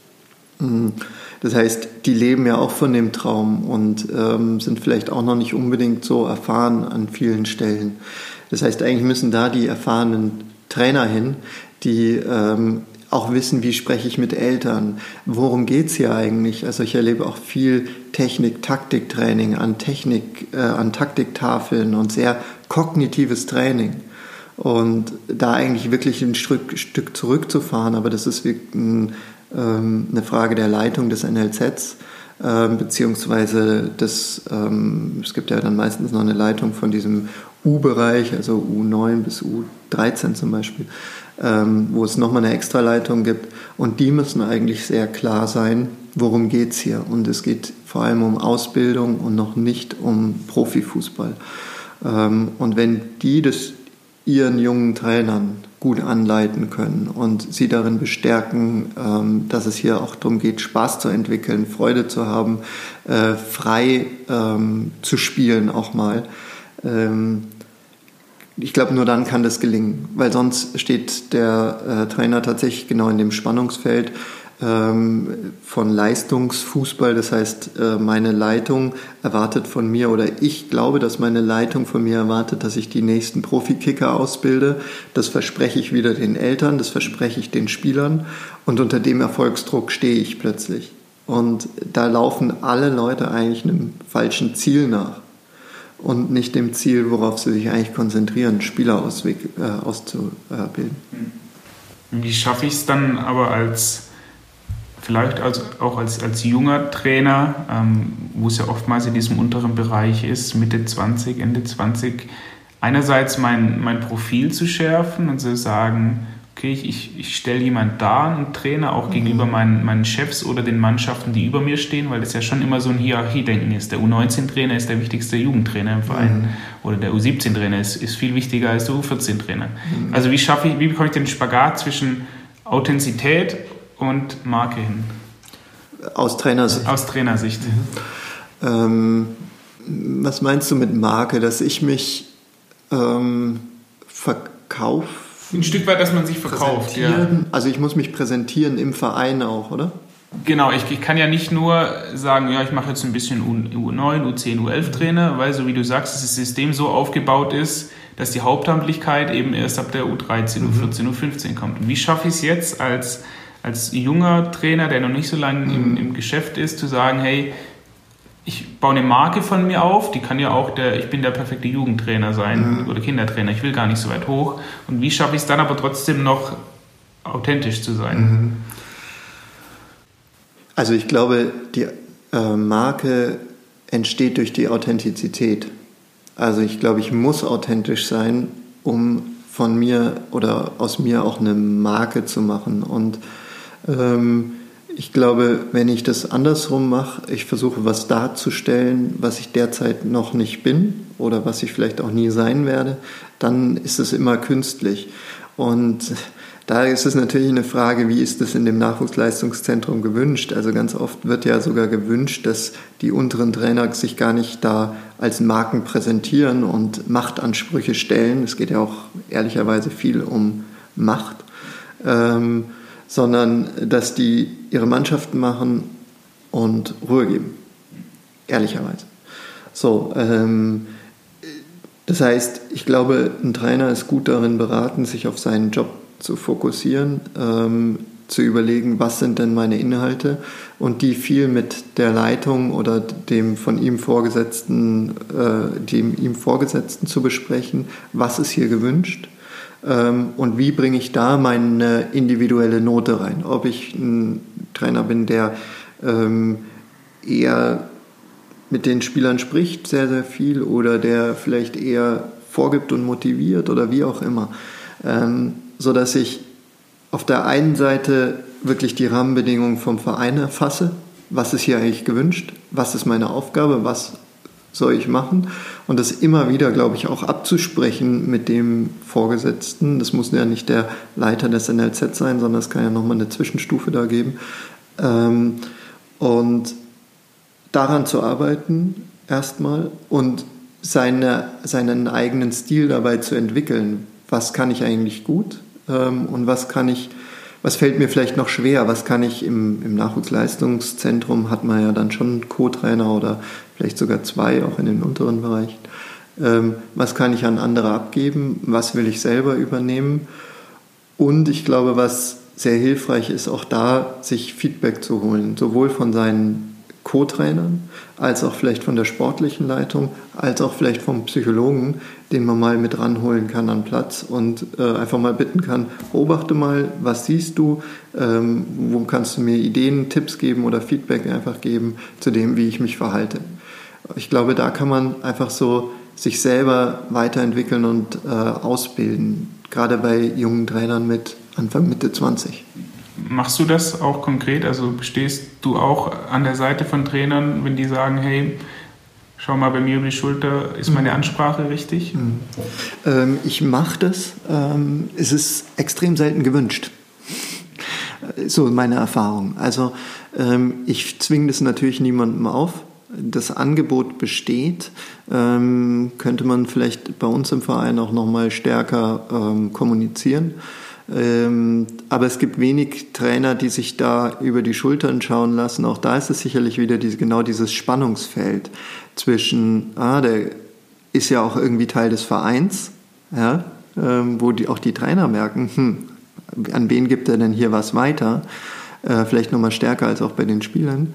Das heißt, die leben ja auch von dem Traum und sind vielleicht auch noch nicht unbedingt so erfahren an vielen Stellen. Das heißt, eigentlich müssen da die erfahrenen Trainer hin, die auch wissen, wie spreche ich mit Eltern, worum geht es hier eigentlich. Also ich erlebe auch viel Technik-Taktik-Training an Taktiktafeln und sehr kognitives Training. Und da eigentlich wirklich ein Stück zurückzufahren, aber das ist eine Frage der Leitung des NLZs, beziehungsweise es gibt ja dann meistens noch eine Leitung von diesem U-Bereich, also U9 bis U13 zum Beispiel, wo es nochmal eine Extraleitung gibt und die müssen eigentlich sehr klar sein, worum geht es hier. Und es geht vor allem um Ausbildung und noch nicht um Profifußball. Und wenn die das ihren jungen Trainern gut anleiten können und sie darin bestärken, dass es hier auch darum geht, Spaß zu entwickeln, Freude zu haben, frei zu spielen auch mal, ich glaube, nur dann kann das gelingen, weil sonst steht der Trainer tatsächlich genau in dem Spannungsfeld von Leistungsfußball. Das heißt, meine Leitung erwartet von mir, oder ich glaube, dass meine Leitung von mir erwartet, dass ich die nächsten Profikicker ausbilde. Das verspreche ich wieder den Eltern, das verspreche ich den Spielern, und unter dem Erfolgsdruck stehe ich plötzlich. Und da laufen alle Leute eigentlich einem falschen Ziel nach und nicht dem Ziel, worauf sie sich eigentlich konzentrieren, Spieler auszubilden. Wie schaffe ich es dann aber vielleicht auch als junger Trainer, wo es ja oftmals in diesem unteren Bereich ist, Mitte 20, Ende 20, einerseits mein Profil zu schärfen und zu sagen, okay, ich stelle jemanden dar, einen Trainer, auch gegenüber meinen Chefs oder den Mannschaften, die über mir stehen, weil das ja schon immer so ein Hierarchiedenken ist. Der U19-Trainer ist der wichtigste Jugendtrainer im Verein oder der U17-Trainer ist viel wichtiger als der U14-Trainer. Also wie bekomme ich den Spagat zwischen Authentizität und Marke hin? Aus Trainersicht. Aus Trainersicht. Was meinst du mit Marke? Dass ich mich verkaufe? Ein Stück weit, dass man sich verkauft. Ja. Also ich muss mich präsentieren im Verein auch, oder? Genau, ich kann ja nicht nur sagen, ja, ich mache jetzt ein bisschen U9, U10, U11 Trainer, weil so wie du sagst, dass das System so aufgebaut ist, dass die Hauptamtlichkeit eben erst ab der U13, U14, U15 kommt. Und wie schaffe ich es jetzt als junger Trainer, der noch nicht so lange im Geschäft ist, zu sagen, hey, ich baue eine Marke von mir auf, die kann ja auch ich bin der perfekte Jugendtrainer sein oder Kindertrainer, ich will gar nicht so weit hoch. Und wie schaffe ich es dann aber trotzdem noch authentisch zu sein? Also ich glaube, die Marke entsteht durch die Authentizität. Also ich glaube, ich muss authentisch sein, um von mir oder aus mir auch eine Marke zu machen. Und ich glaube, wenn ich das andersrum mache, ich versuche was darzustellen, was ich derzeit noch nicht bin oder was ich vielleicht auch nie sein werde, dann ist es immer künstlich. Und da ist es natürlich eine Frage, wie ist es in dem Nachwuchsleistungszentrum gewünscht? Also ganz oft wird ja sogar gewünscht, dass die unteren Trainer sich gar nicht da als Marken präsentieren und Machtansprüche stellen. Es geht ja auch ehrlicherweise viel um Macht. Sondern dass die ihre Mannschaften machen und Ruhe geben. Ehrlicherweise. So, das heißt, ich glaube, ein Trainer ist gut darin beraten, sich auf seinen Job zu fokussieren, zu überlegen, was sind denn meine Inhalte, und die viel mit der Leitung oder dem ihm Vorgesetzten zu besprechen, was ist hier gewünscht. Und wie bringe ich da meine individuelle Note rein? Ob ich ein Trainer bin, der eher mit den Spielern spricht, sehr, sehr viel, oder der vielleicht eher vorgibt und motiviert oder wie auch immer. Sodass ich auf der einen Seite wirklich die Rahmenbedingungen vom Verein erfasse. Was ist hier eigentlich gewünscht? Was ist meine Aufgabe? Was soll ich machen? Und das immer wieder, glaube ich, auch abzusprechen mit dem Vorgesetzten. Das muss ja nicht der Leiter des NLZ sein, sondern es kann ja nochmal eine Zwischenstufe da geben. Und daran zu arbeiten erstmal und seinen eigenen Stil dabei zu entwickeln. Was kann ich eigentlich gut und was fällt mir vielleicht noch schwer? Was kann ich im Nachwuchsleistungszentrum, hat man ja dann schon einen Co-Trainer oder vielleicht sogar 2, auch in den unteren Bereichen. Was kann ich an andere abgeben? Was will ich selber übernehmen? Und ich glaube, was sehr hilfreich ist, auch da sich Feedback zu holen, sowohl von seinen Co-Trainern, als auch vielleicht von der sportlichen Leitung, als auch vielleicht vom Psychologen, den man mal mit ranholen kann an Platz und einfach mal bitten kann, beobachte mal, was siehst du, wo kannst du mir Ideen, Tipps geben oder Feedback einfach geben zu dem, wie ich mich verhalte. Ich glaube, da kann man einfach so sich selber weiterentwickeln und ausbilden, gerade bei jungen Trainern mit Anfang, Mitte 20. Machst du das auch konkret? Also stehst du auch an der Seite von Trainern, wenn die sagen, hey, schau mal bei mir über die Schulter, ist meine Ansprache richtig? Ich mache das. Es ist extrem selten gewünscht. So meine Erfahrung. Also ich zwinge das natürlich niemandem auf. das Angebot besteht, könnte man vielleicht bei uns im Verein auch nochmal stärker kommunizieren. Aber es gibt wenig Trainer, die sich da über die Schultern schauen lassen. Auch da ist es sicherlich wieder genau dieses Spannungsfeld zwischen, der ist ja auch irgendwie Teil des Vereins, ja, wo auch die Trainer merken, an wen gibt er denn hier was weiter? Vielleicht nochmal stärker als auch bei den Spielern.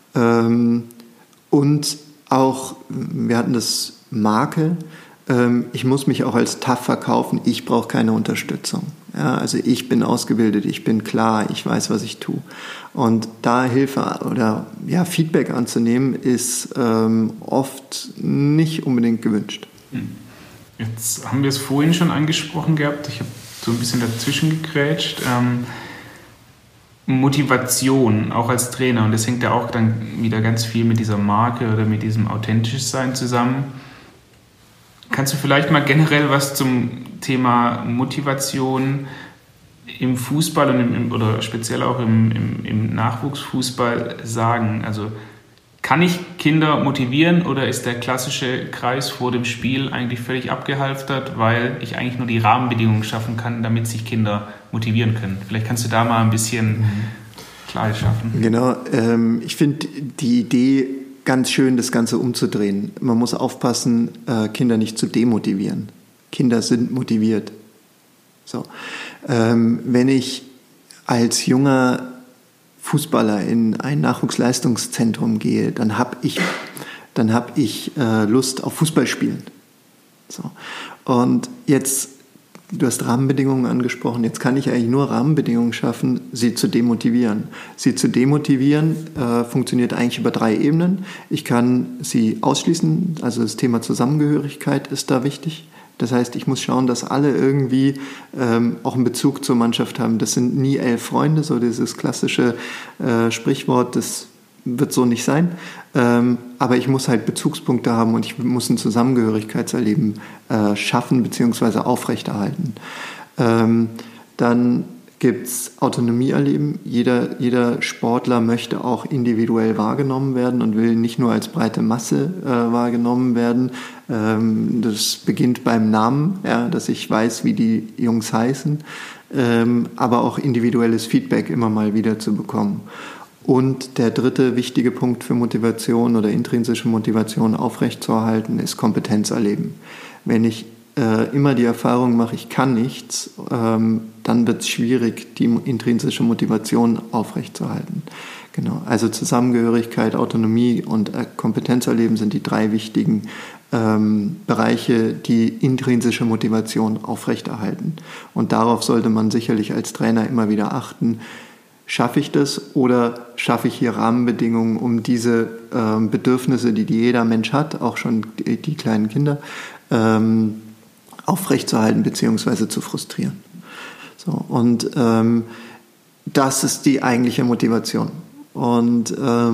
Und auch, wir hatten das Marke, ich muss mich auch als tough verkaufen, ich brauche keine Unterstützung. Ja, also ich bin ausgebildet, ich bin klar, ich weiß, was ich tue. Und da Hilfe oder Feedback anzunehmen, ist oft nicht unbedingt gewünscht. Jetzt haben wir es vorhin schon angesprochen gehabt, ich habe so ein bisschen dazwischen gegrätscht. Motivation, auch als Trainer, und das hängt ja auch dann wieder ganz viel mit dieser Marke oder mit diesem Authentischsein zusammen. Kannst du vielleicht mal generell was zum Thema Motivation im Fußball und oder speziell auch im Nachwuchsfußball sagen? Also kann ich Kinder motivieren oder ist der klassische Kreis vor dem Spiel eigentlich völlig abgehalftert, weil ich eigentlich nur die Rahmenbedingungen schaffen kann, damit sich Kinder motivieren können? Vielleicht kannst du da mal ein bisschen Klarheit schaffen. Genau, ich finde die Idee ganz schön, das Ganze umzudrehen. Man muss aufpassen, Kinder nicht zu demotivieren. Kinder sind motiviert. So. Wenn ich als junger Fußballer in ein Nachwuchsleistungszentrum gehe, dann habe ich Lust auf Fußballspielen. So. Und jetzt, du hast Rahmenbedingungen angesprochen, jetzt kann ich eigentlich nur Rahmenbedingungen schaffen, sie zu demotivieren. Sie zu demotivieren funktioniert eigentlich über 3 Ebenen. Ich kann sie ausschließen, also das Thema Zusammengehörigkeit ist da wichtig. Das heißt, ich muss schauen, dass alle irgendwie auch einen Bezug zur Mannschaft haben. Das sind nie 11 Freunde, so dieses klassische Sprichwort, das wird so nicht sein. Aber ich muss halt Bezugspunkte haben und ich muss ein Zusammengehörigkeitserleben schaffen bzw. aufrechterhalten. Dann gibt es Autonomieerleben. Jeder Sportler möchte auch individuell wahrgenommen werden und will nicht nur als breite Masse wahrgenommen werden. Das beginnt beim Namen, ja, dass ich weiß, wie die Jungs heißen, aber auch individuelles Feedback immer mal wieder zu bekommen. Und der dritte wichtige Punkt für Motivation oder intrinsische Motivation aufrechtzuerhalten ist Kompetenzerleben. Wenn ich immer die Erfahrung mache, ich kann nichts, dann wird es schwierig, die intrinsische Motivation aufrechtzuerhalten. Genau. Also Zusammengehörigkeit, Autonomie und Kompetenzerleben sind die 3 wichtigen Bereiche, die intrinsische Motivation aufrechterhalten. Und darauf sollte man sicherlich als Trainer immer wieder achten. Schaffe ich das oder schaffe ich hier Rahmenbedingungen, um diese Bedürfnisse, die jeder Mensch hat, auch schon die kleinen Kinder, aufrechtzuerhalten bzw. zu frustrieren. So, und das ist die eigentliche Motivation. Und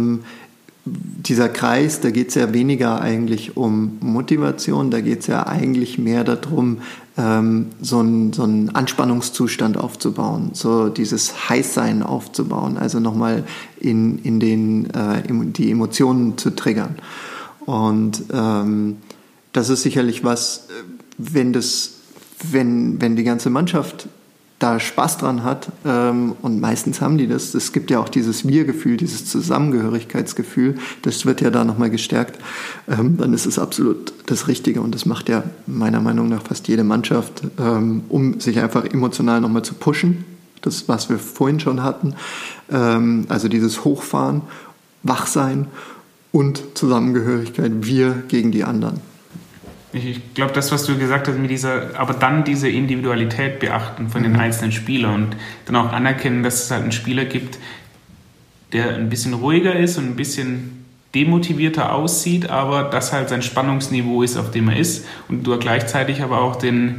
dieser Kreis, da geht es ja weniger eigentlich um Motivation, da geht es ja eigentlich mehr darum, so einen Anspannungszustand aufzubauen, so dieses Heißsein aufzubauen, also nochmal in die Emotionen zu triggern. Und das ist sicherlich was, wenn die ganze Mannschaft da Spaß dran hat, und meistens haben die das, es gibt ja auch dieses Wir-Gefühl, dieses Zusammengehörigkeitsgefühl, das wird ja da nochmal gestärkt, dann ist es absolut das Richtige und das macht ja meiner Meinung nach fast jede Mannschaft, um sich einfach emotional nochmal zu pushen, das, was wir vorhin schon hatten, also dieses Hochfahren, Wachsein und Zusammengehörigkeit, wir gegen die anderen. Ich glaube, das, was du gesagt hast, aber dann diese Individualität beachten von den einzelnen Spielern und dann auch anerkennen, dass es halt einen Spieler gibt, der ein bisschen ruhiger ist und ein bisschen demotivierter aussieht, aber das halt sein Spannungsniveau ist, auf dem er ist und du gleichzeitig aber auch den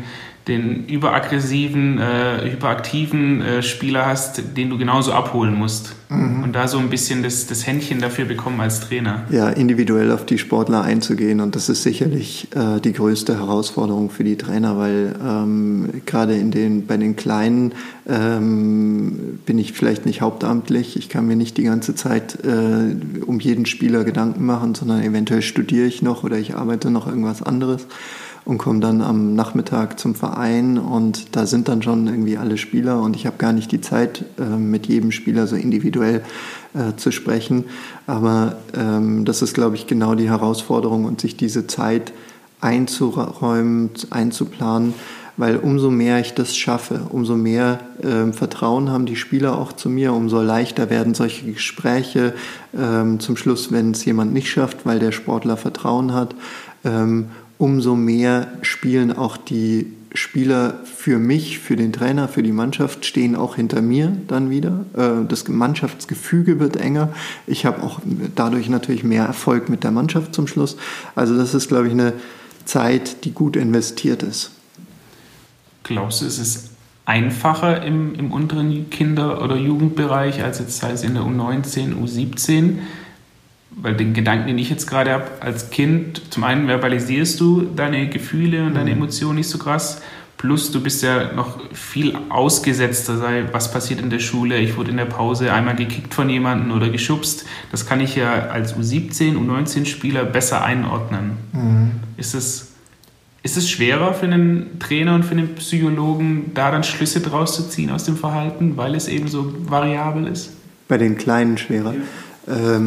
den überaggressiven, hyperaktiven Spieler hast, den du genauso abholen musst. Und da so ein bisschen das Händchen dafür bekommen als Trainer. Ja, individuell auf die Sportler einzugehen, und das ist sicherlich die größte Herausforderung für die Trainer, weil gerade bei den Kleinen bin ich vielleicht nicht hauptamtlich. Ich kann mir nicht die ganze Zeit um jeden Spieler Gedanken machen, sondern eventuell studiere ich noch oder ich arbeite noch irgendwas anderes und komme dann am Nachmittag zum Verein, und da sind dann schon irgendwie alle Spieler, und ich habe gar nicht die Zeit, mit jedem Spieler so individuell zu sprechen. Aber das ist, glaube ich, genau die Herausforderung, und sich diese Zeit einzuräumen, einzuplanen, weil umso mehr ich das schaffe, umso mehr Vertrauen haben die Spieler auch zu mir, umso leichter werden solche Gespräche zum Schluss, wenn es jemand nicht schafft, weil der Sportler Vertrauen hat. Umso mehr spielen auch die Spieler für mich, für den Trainer, für die Mannschaft, stehen auch hinter mir dann wieder. Das Mannschaftsgefüge wird enger. Ich habe auch dadurch natürlich mehr Erfolg mit der Mannschaft zum Schluss. Also das ist, glaube ich, eine Zeit, die gut investiert ist. Glaubst du, ist es einfacher im unteren Kinder- oder Jugendbereich als jetzt sei es in der U19, U17? Weil den Gedanken, den ich jetzt gerade habe, als Kind, zum einen verbalisierst du deine Gefühle und deine Emotionen nicht so krass, plus du bist ja noch viel ausgesetzter, sei was passiert in der Schule, ich wurde in der Pause einmal gekickt von jemandem oder geschubst, das kann ich ja als U17, U19-Spieler besser einordnen. Ist es schwerer für einen Trainer und für einen Psychologen, da dann Schlüsse draus zu ziehen aus dem Verhalten, weil es eben so variabel ist? Bei den Kleinen schwerer. Ja.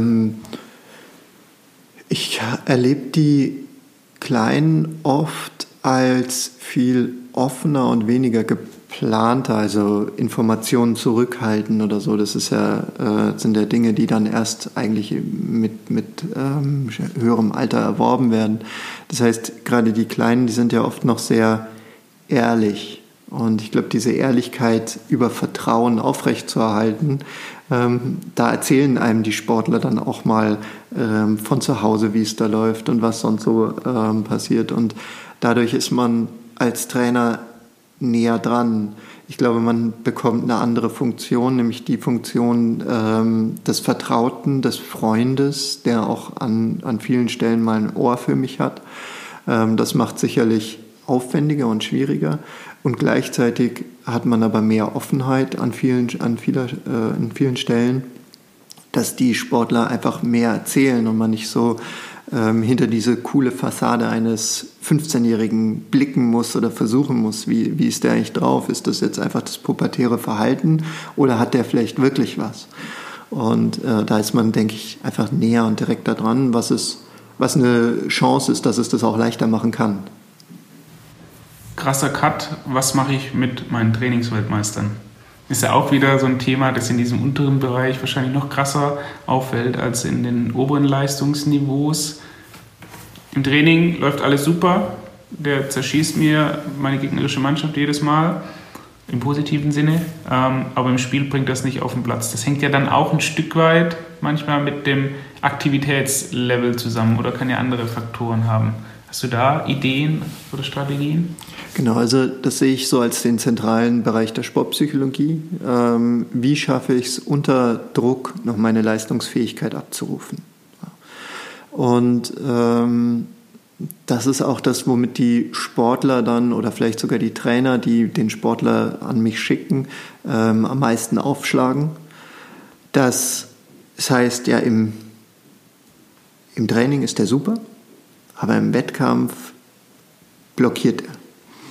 Ich erlebe die Kleinen oft als viel offener und weniger geplanter, also Informationen zurückhalten oder so. Das ist sind ja Dinge, die dann erst eigentlich mit höherem Alter erworben werden. Das heißt, gerade die Kleinen, die sind ja oft noch sehr ehrlich. Und ich glaube, diese Ehrlichkeit über Vertrauen aufrechtzuerhalten, da erzählen einem die Sportler dann auch mal von zu Hause, wie es da läuft und was sonst so passiert. Und dadurch ist man als Trainer näher dran. Ich glaube, man bekommt eine andere Funktion, nämlich die Funktion des Vertrauten, des Freundes, der auch an vielen Stellen mal ein Ohr für mich hat. Das macht sicherlich aufwendiger und schwieriger. Und gleichzeitig hat man aber mehr Offenheit an vielen Stellen, dass die Sportler einfach mehr erzählen und man nicht so hinter diese coole Fassade eines 15-Jährigen blicken muss oder versuchen muss, wie ist der eigentlich drauf? Ist das jetzt einfach das pubertäre Verhalten oder hat der vielleicht wirklich was? Und da ist man, denke ich, einfach näher und direkter dran, was eine Chance ist, dass es das auch leichter machen kann. Krasser Cut, was mache ich mit meinen Trainingsweltmeistern? Ist ja auch wieder so ein Thema, das in diesem unteren Bereich wahrscheinlich noch krasser auffällt als in den oberen Leistungsniveaus. Im Training läuft alles super, der zerschießt mir meine gegnerische Mannschaft jedes Mal, im positiven Sinne, aber im Spiel bringt das nicht auf den Platz. Das hängt ja dann auch ein Stück weit manchmal mit dem Aktivitätslevel zusammen oder kann ja andere Faktoren haben. Hast du da Ideen oder Strategien? Genau, also das sehe ich so als den zentralen Bereich der Sportpsychologie. Wie schaffe ich es unter Druck, noch meine Leistungsfähigkeit abzurufen? Und das ist auch das, womit die Sportler dann oder vielleicht sogar die Trainer, die den Sportler an mich schicken, am meisten aufschlagen. Das heißt ja, im Training ist der super, aber im Wettkampf blockiert er.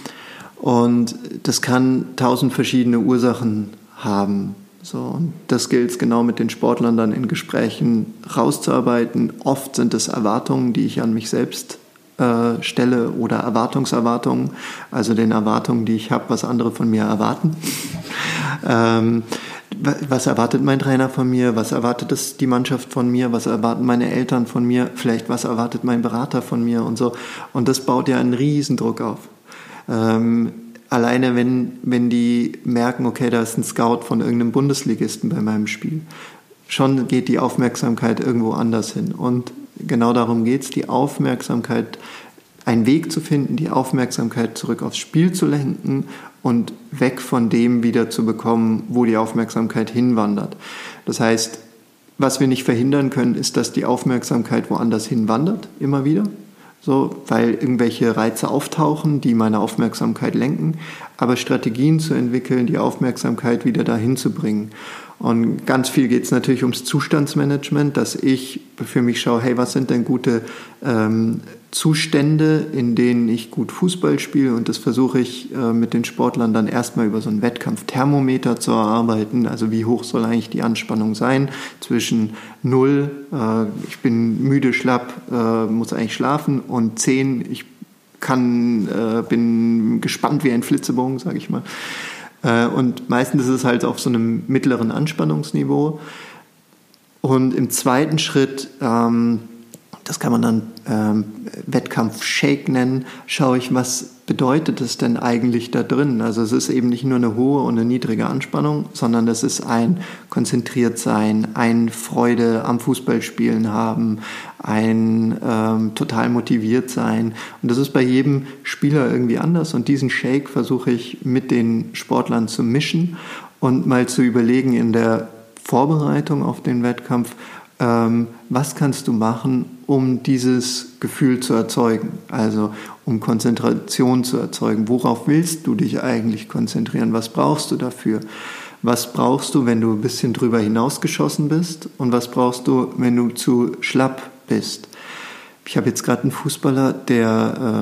Und das kann 1000 verschiedene Ursachen haben. So, und das gilt es genau mit den Sportlern dann in Gesprächen rauszuarbeiten. Oft sind es Erwartungen, die ich an mich selbst stelle oder Erwartungserwartungen, also den Erwartungen, die ich habe, was andere von mir erwarten. Was erwartet mein Trainer von mir? Was erwartet die Mannschaft von mir? Was erwarten meine Eltern von mir? Vielleicht was erwartet mein Berater von mir und so. Und das baut ja einen Riesendruck auf. Alleine wenn die merken, okay, da ist ein Scout von irgendeinem Bundesligisten bei meinem Spiel, schon geht die Aufmerksamkeit irgendwo anders hin. Und genau darum geht's, die Aufmerksamkeit einen Weg zu finden, die Aufmerksamkeit zurück aufs Spiel zu lenken und weg von dem wieder zu bekommen, wo die Aufmerksamkeit hinwandert. Das heißt, was wir nicht verhindern können, ist, dass die Aufmerksamkeit woanders hinwandert, immer wieder. So, weil irgendwelche Reize auftauchen, die meine Aufmerksamkeit lenken, aber Strategien zu entwickeln, die Aufmerksamkeit wieder dahin zu bringen. Und ganz viel geht es natürlich ums Zustandsmanagement, dass ich für mich schaue, hey, was sind denn gute Zustände, in denen ich gut Fußball spiele, und das versuche ich mit den Sportlern dann erstmal über so ein Wettkampfthermometer zu erarbeiten, also wie hoch soll eigentlich die Anspannung sein, zwischen 0, ich bin müde, schlapp, muss eigentlich schlafen, und 10, ich bin gespannt wie ein Flitzebogen, sage ich mal. Und meistens ist es halt auf so einem mittleren Anspannungsniveau. Und im zweiten Schritt, das kann man dann Wettkampf-Shake nennen, schaue ich, was bedeutet es denn eigentlich da drin? Also es ist eben nicht nur eine hohe und eine niedrige Anspannung, sondern das ist ein Konzentriertsein, ein Freude am Fußballspielen haben, ein total motiviert sein. Und das ist bei jedem Spieler irgendwie anders. Und diesen Shake versuche ich mit den Sportlern zu mischen und mal zu überlegen in der Vorbereitung auf den Wettkampf, was kannst du machen, um dieses Gefühl zu erzeugen, also um Konzentration zu erzeugen. Worauf willst du dich eigentlich konzentrieren? Was brauchst du dafür? Was brauchst du, wenn du ein bisschen drüber hinausgeschossen bist? Und was brauchst du, wenn du zu schlapp bist? Ich habe jetzt gerade einen Fußballer, der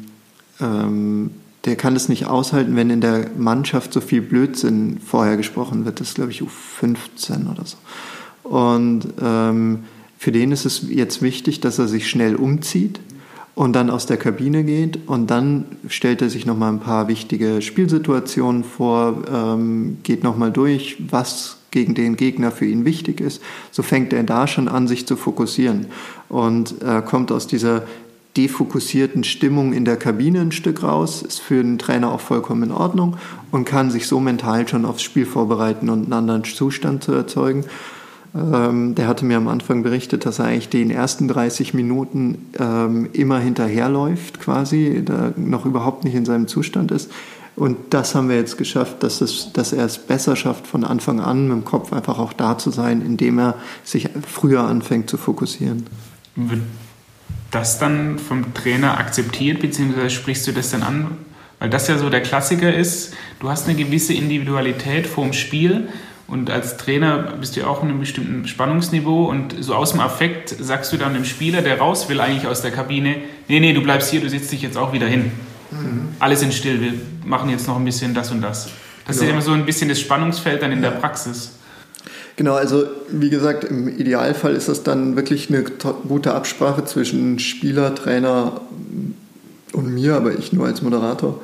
kann es nicht aushalten, wenn in der Mannschaft so viel Blödsinn vorher gesprochen wird. Das ist, glaube ich, U15 oder so. Und für den ist es jetzt wichtig, dass er sich schnell umzieht und dann aus der Kabine geht, und dann stellt er sich nochmal ein paar wichtige Spielsituationen vor, geht nochmal durch, was gegen den Gegner für ihn wichtig ist. So fängt er da schon an, sich zu fokussieren, und kommt aus dieser defokussierten Stimmung in der Kabine ein Stück raus, ist für den Trainer auch vollkommen in Ordnung und kann sich so mental schon aufs Spiel vorbereiten und einen anderen Zustand zu erzeugen. Der hatte mir am Anfang berichtet, dass er eigentlich den ersten 30 Minuten immer hinterherläuft quasi, da noch überhaupt nicht in seinem Zustand ist. Und das haben wir jetzt geschafft, dass er es besser schafft, von Anfang an mit dem Kopf einfach auch da zu sein, indem er sich früher anfängt zu fokussieren. Wird das dann vom Trainer akzeptiert, beziehungsweise sprichst du das dann an? Weil das ja so der Klassiker ist, du hast eine gewisse Individualität vorm Spiel, und als Trainer bist du auch in einem bestimmten Spannungsniveau, und so aus dem Affekt sagst du dann dem Spieler, der raus will eigentlich aus der Kabine, nee, du bleibst hier, du setzt dich jetzt auch wieder hin. Alle sind still, wir machen jetzt noch ein bisschen das und das. Das ist ja immer so ein bisschen das Spannungsfeld dann in der Praxis. Genau, also wie gesagt, im Idealfall ist das dann wirklich eine gute Absprache zwischen Spieler, Trainer und mir, aber ich nur als Moderator.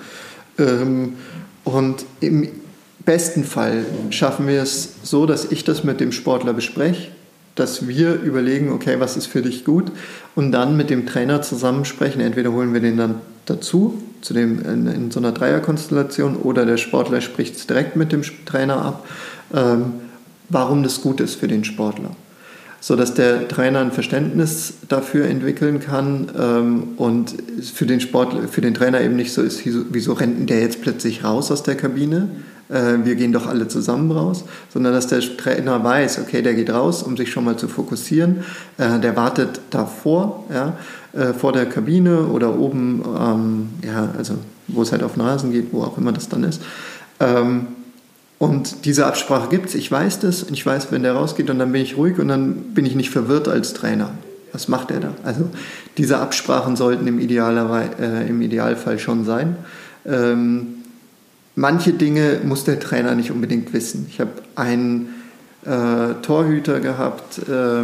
Und im besten Fall schaffen wir es so, dass ich das mit dem Sportler bespreche, dass wir überlegen, okay, was ist für dich gut, und dann mit dem Trainer zusammensprechen. Entweder holen wir den dann dazu, in so einer Dreierkonstellation, oder der Sportler spricht es direkt mit dem Trainer ab, warum das gut ist für den Sportler. So dass der Trainer ein Verständnis dafür entwickeln kann und für den Trainer eben nicht so ist, wieso rennt der jetzt plötzlich raus aus der Kabine? Wir gehen doch alle zusammen raus, sondern dass der Trainer weiß, okay, der geht raus, um sich schon mal zu fokussieren, der wartet davor, vor der Kabine oder oben, also wo es halt auf den Rasen geht, wo auch immer das dann ist. Und diese Absprache gibt es, ich weiß das, und ich weiß, wenn der rausgeht, und dann bin ich ruhig und dann bin ich nicht verwirrt als Trainer. Was macht er da? Also diese Absprachen sollten im Idealfall schon sein. Manche Dinge muss der Trainer nicht unbedingt wissen. Ich habe einen Torhüter gehabt,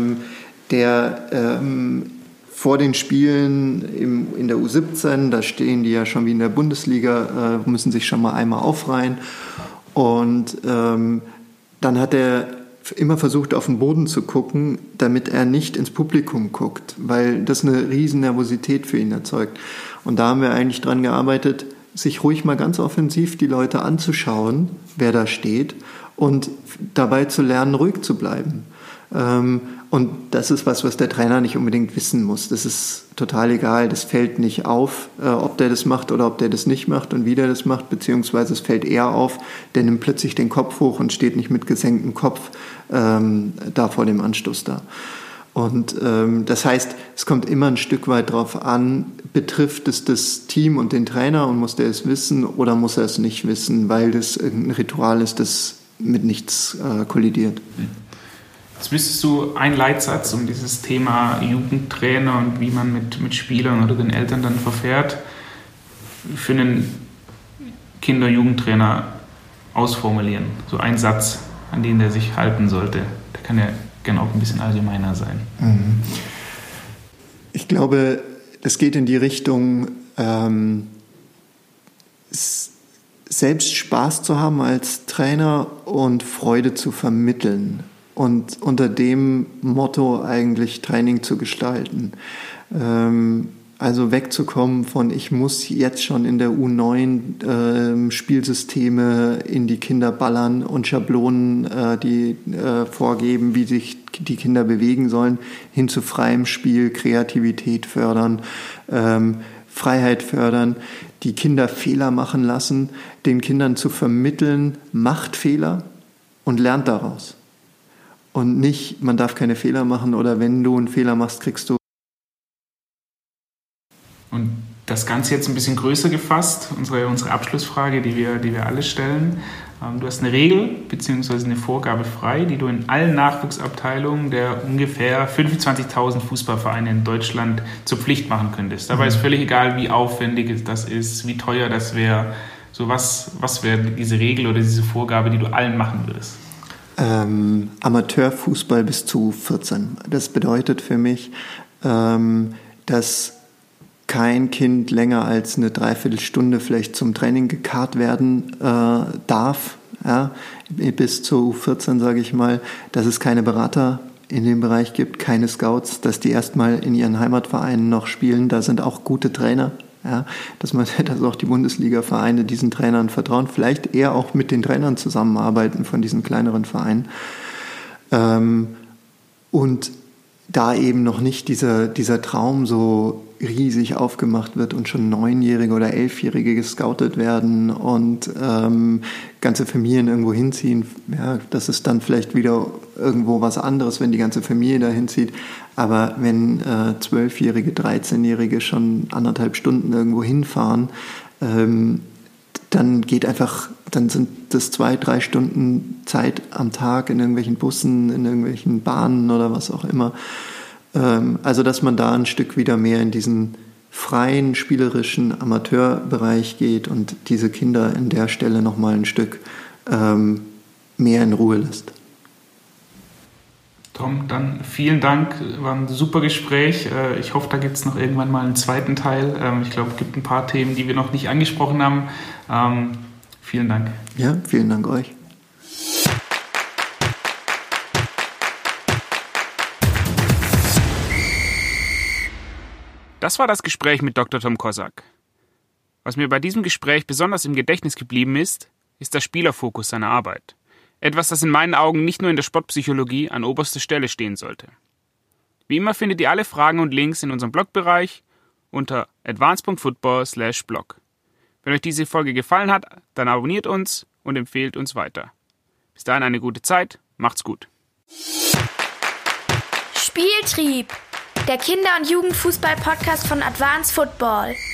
der vor den Spielen in der U17, da stehen die ja schon wie in der Bundesliga, müssen sich schon mal einmal aufreihen. Und dann hat er immer versucht, auf den Boden zu gucken, damit er nicht ins Publikum guckt, weil das eine riesen Nervosität für ihn erzeugt. Und da haben wir eigentlich dran gearbeitet, sich ruhig mal ganz offensiv die Leute anzuschauen, wer da steht, und dabei zu lernen, ruhig zu bleiben. Und das ist was der Trainer nicht unbedingt wissen muss. Das ist total egal. Das fällt nicht auf, ob der das macht oder ob der das nicht macht und wie der das macht, beziehungsweise es fällt eher auf, der nimmt plötzlich den Kopf hoch und steht nicht mit gesenktem Kopf da vor dem Anstoß da. Und das heißt, es kommt immer ein Stück weit drauf an, betrifft es das Team und den Trainer und muss der es wissen oder muss er es nicht wissen, weil das irgendein Ritual ist, das mit nichts kollidiert. Jetzt müsstest du einen Leitsatz um dieses Thema Jugendtrainer und wie man mit Spielern oder den Eltern dann verfährt, für einen Kinder-Jugendtrainer ausformulieren. So ein Satz, an den der sich halten sollte. Der kann ja gerne auch ein bisschen allgemeiner sein. Ich glaube, es geht in die Richtung, selbst Spaß zu haben als Trainer und Freude zu vermitteln und unter dem Motto eigentlich Training zu gestalten. Also wegzukommen von, ich muss jetzt schon in der U9 Spielsysteme in die Kinder ballern und Schablonen, die vorgeben, wie sich die Kinder bewegen sollen, hin zu freiem Spiel, Kreativität fördern, Freiheit fördern, die Kinder Fehler machen lassen, den Kindern zu vermitteln, macht Fehler und lernt daraus. Und nicht, man darf keine Fehler machen oder wenn du einen Fehler machst, kriegst du. Und das Ganze jetzt ein bisschen größer gefasst, unsere Abschlussfrage, die wir alle stellen. Du hast eine Regel bzw. eine Vorgabe frei, die du in allen Nachwuchsabteilungen der ungefähr 25.000 Fußballvereine in Deutschland zur Pflicht machen könntest. Dabei ist völlig egal, wie aufwendig das ist, wie teuer das wäre. So was wäre diese Regel oder diese Vorgabe, die du allen machen würdest? Amateurfußball bis zu 14. Das bedeutet für mich, dass kein Kind länger als eine Dreiviertelstunde vielleicht zum Training gekarrt werden darf, ja, bis zu U14, sage ich mal, dass es keine Berater in dem Bereich gibt, keine Scouts, dass die erstmal in ihren Heimatvereinen noch spielen, da sind auch gute Trainer, ja, dass auch die Bundesliga-Vereine diesen Trainern vertrauen, vielleicht eher auch mit den Trainern zusammenarbeiten von diesen kleineren Vereinen und da eben noch nicht dieser Traum so riesig aufgemacht wird und schon 9-Jährige oder 11-Jährige gescoutet werden und ganze Familien irgendwo hinziehen. Ja, das ist dann vielleicht wieder irgendwo was anderes, wenn die ganze Familie da hinzieht. Aber wenn 12-Jährige, 13-Jährige schon 1,5 Stunden irgendwo hinfahren, dann sind das 2-3 Stunden Zeit am Tag in irgendwelchen Bussen, in irgendwelchen Bahnen oder was auch immer. Also, dass man da ein Stück wieder mehr in diesen freien, spielerischen Amateurbereich geht und diese Kinder in der Stelle nochmal ein Stück mehr in Ruhe lässt. Tom, dann vielen Dank, war ein super Gespräch. Ich hoffe, da gibt es noch irgendwann mal einen zweiten Teil. Ich glaube, es gibt ein paar Themen, die wir noch nicht angesprochen haben. Vielen Dank. Ja, vielen Dank euch. Das war das Gespräch mit Dr. Tom Kosak. Was mir bei diesem Gespräch besonders im Gedächtnis geblieben ist der Spielerfokus seiner Arbeit. Etwas, das in meinen Augen nicht nur in der Sportpsychologie an oberster Stelle stehen sollte. Wie immer findet ihr alle Fragen und Links in unserem Blogbereich unter advance.football/blog. Wenn euch diese Folge gefallen hat, dann abonniert uns und empfehlt uns weiter. Bis dahin eine gute Zeit, macht's gut. Spieltrieb, der Kinder- und Jugendfußball-Podcast von Advance Football.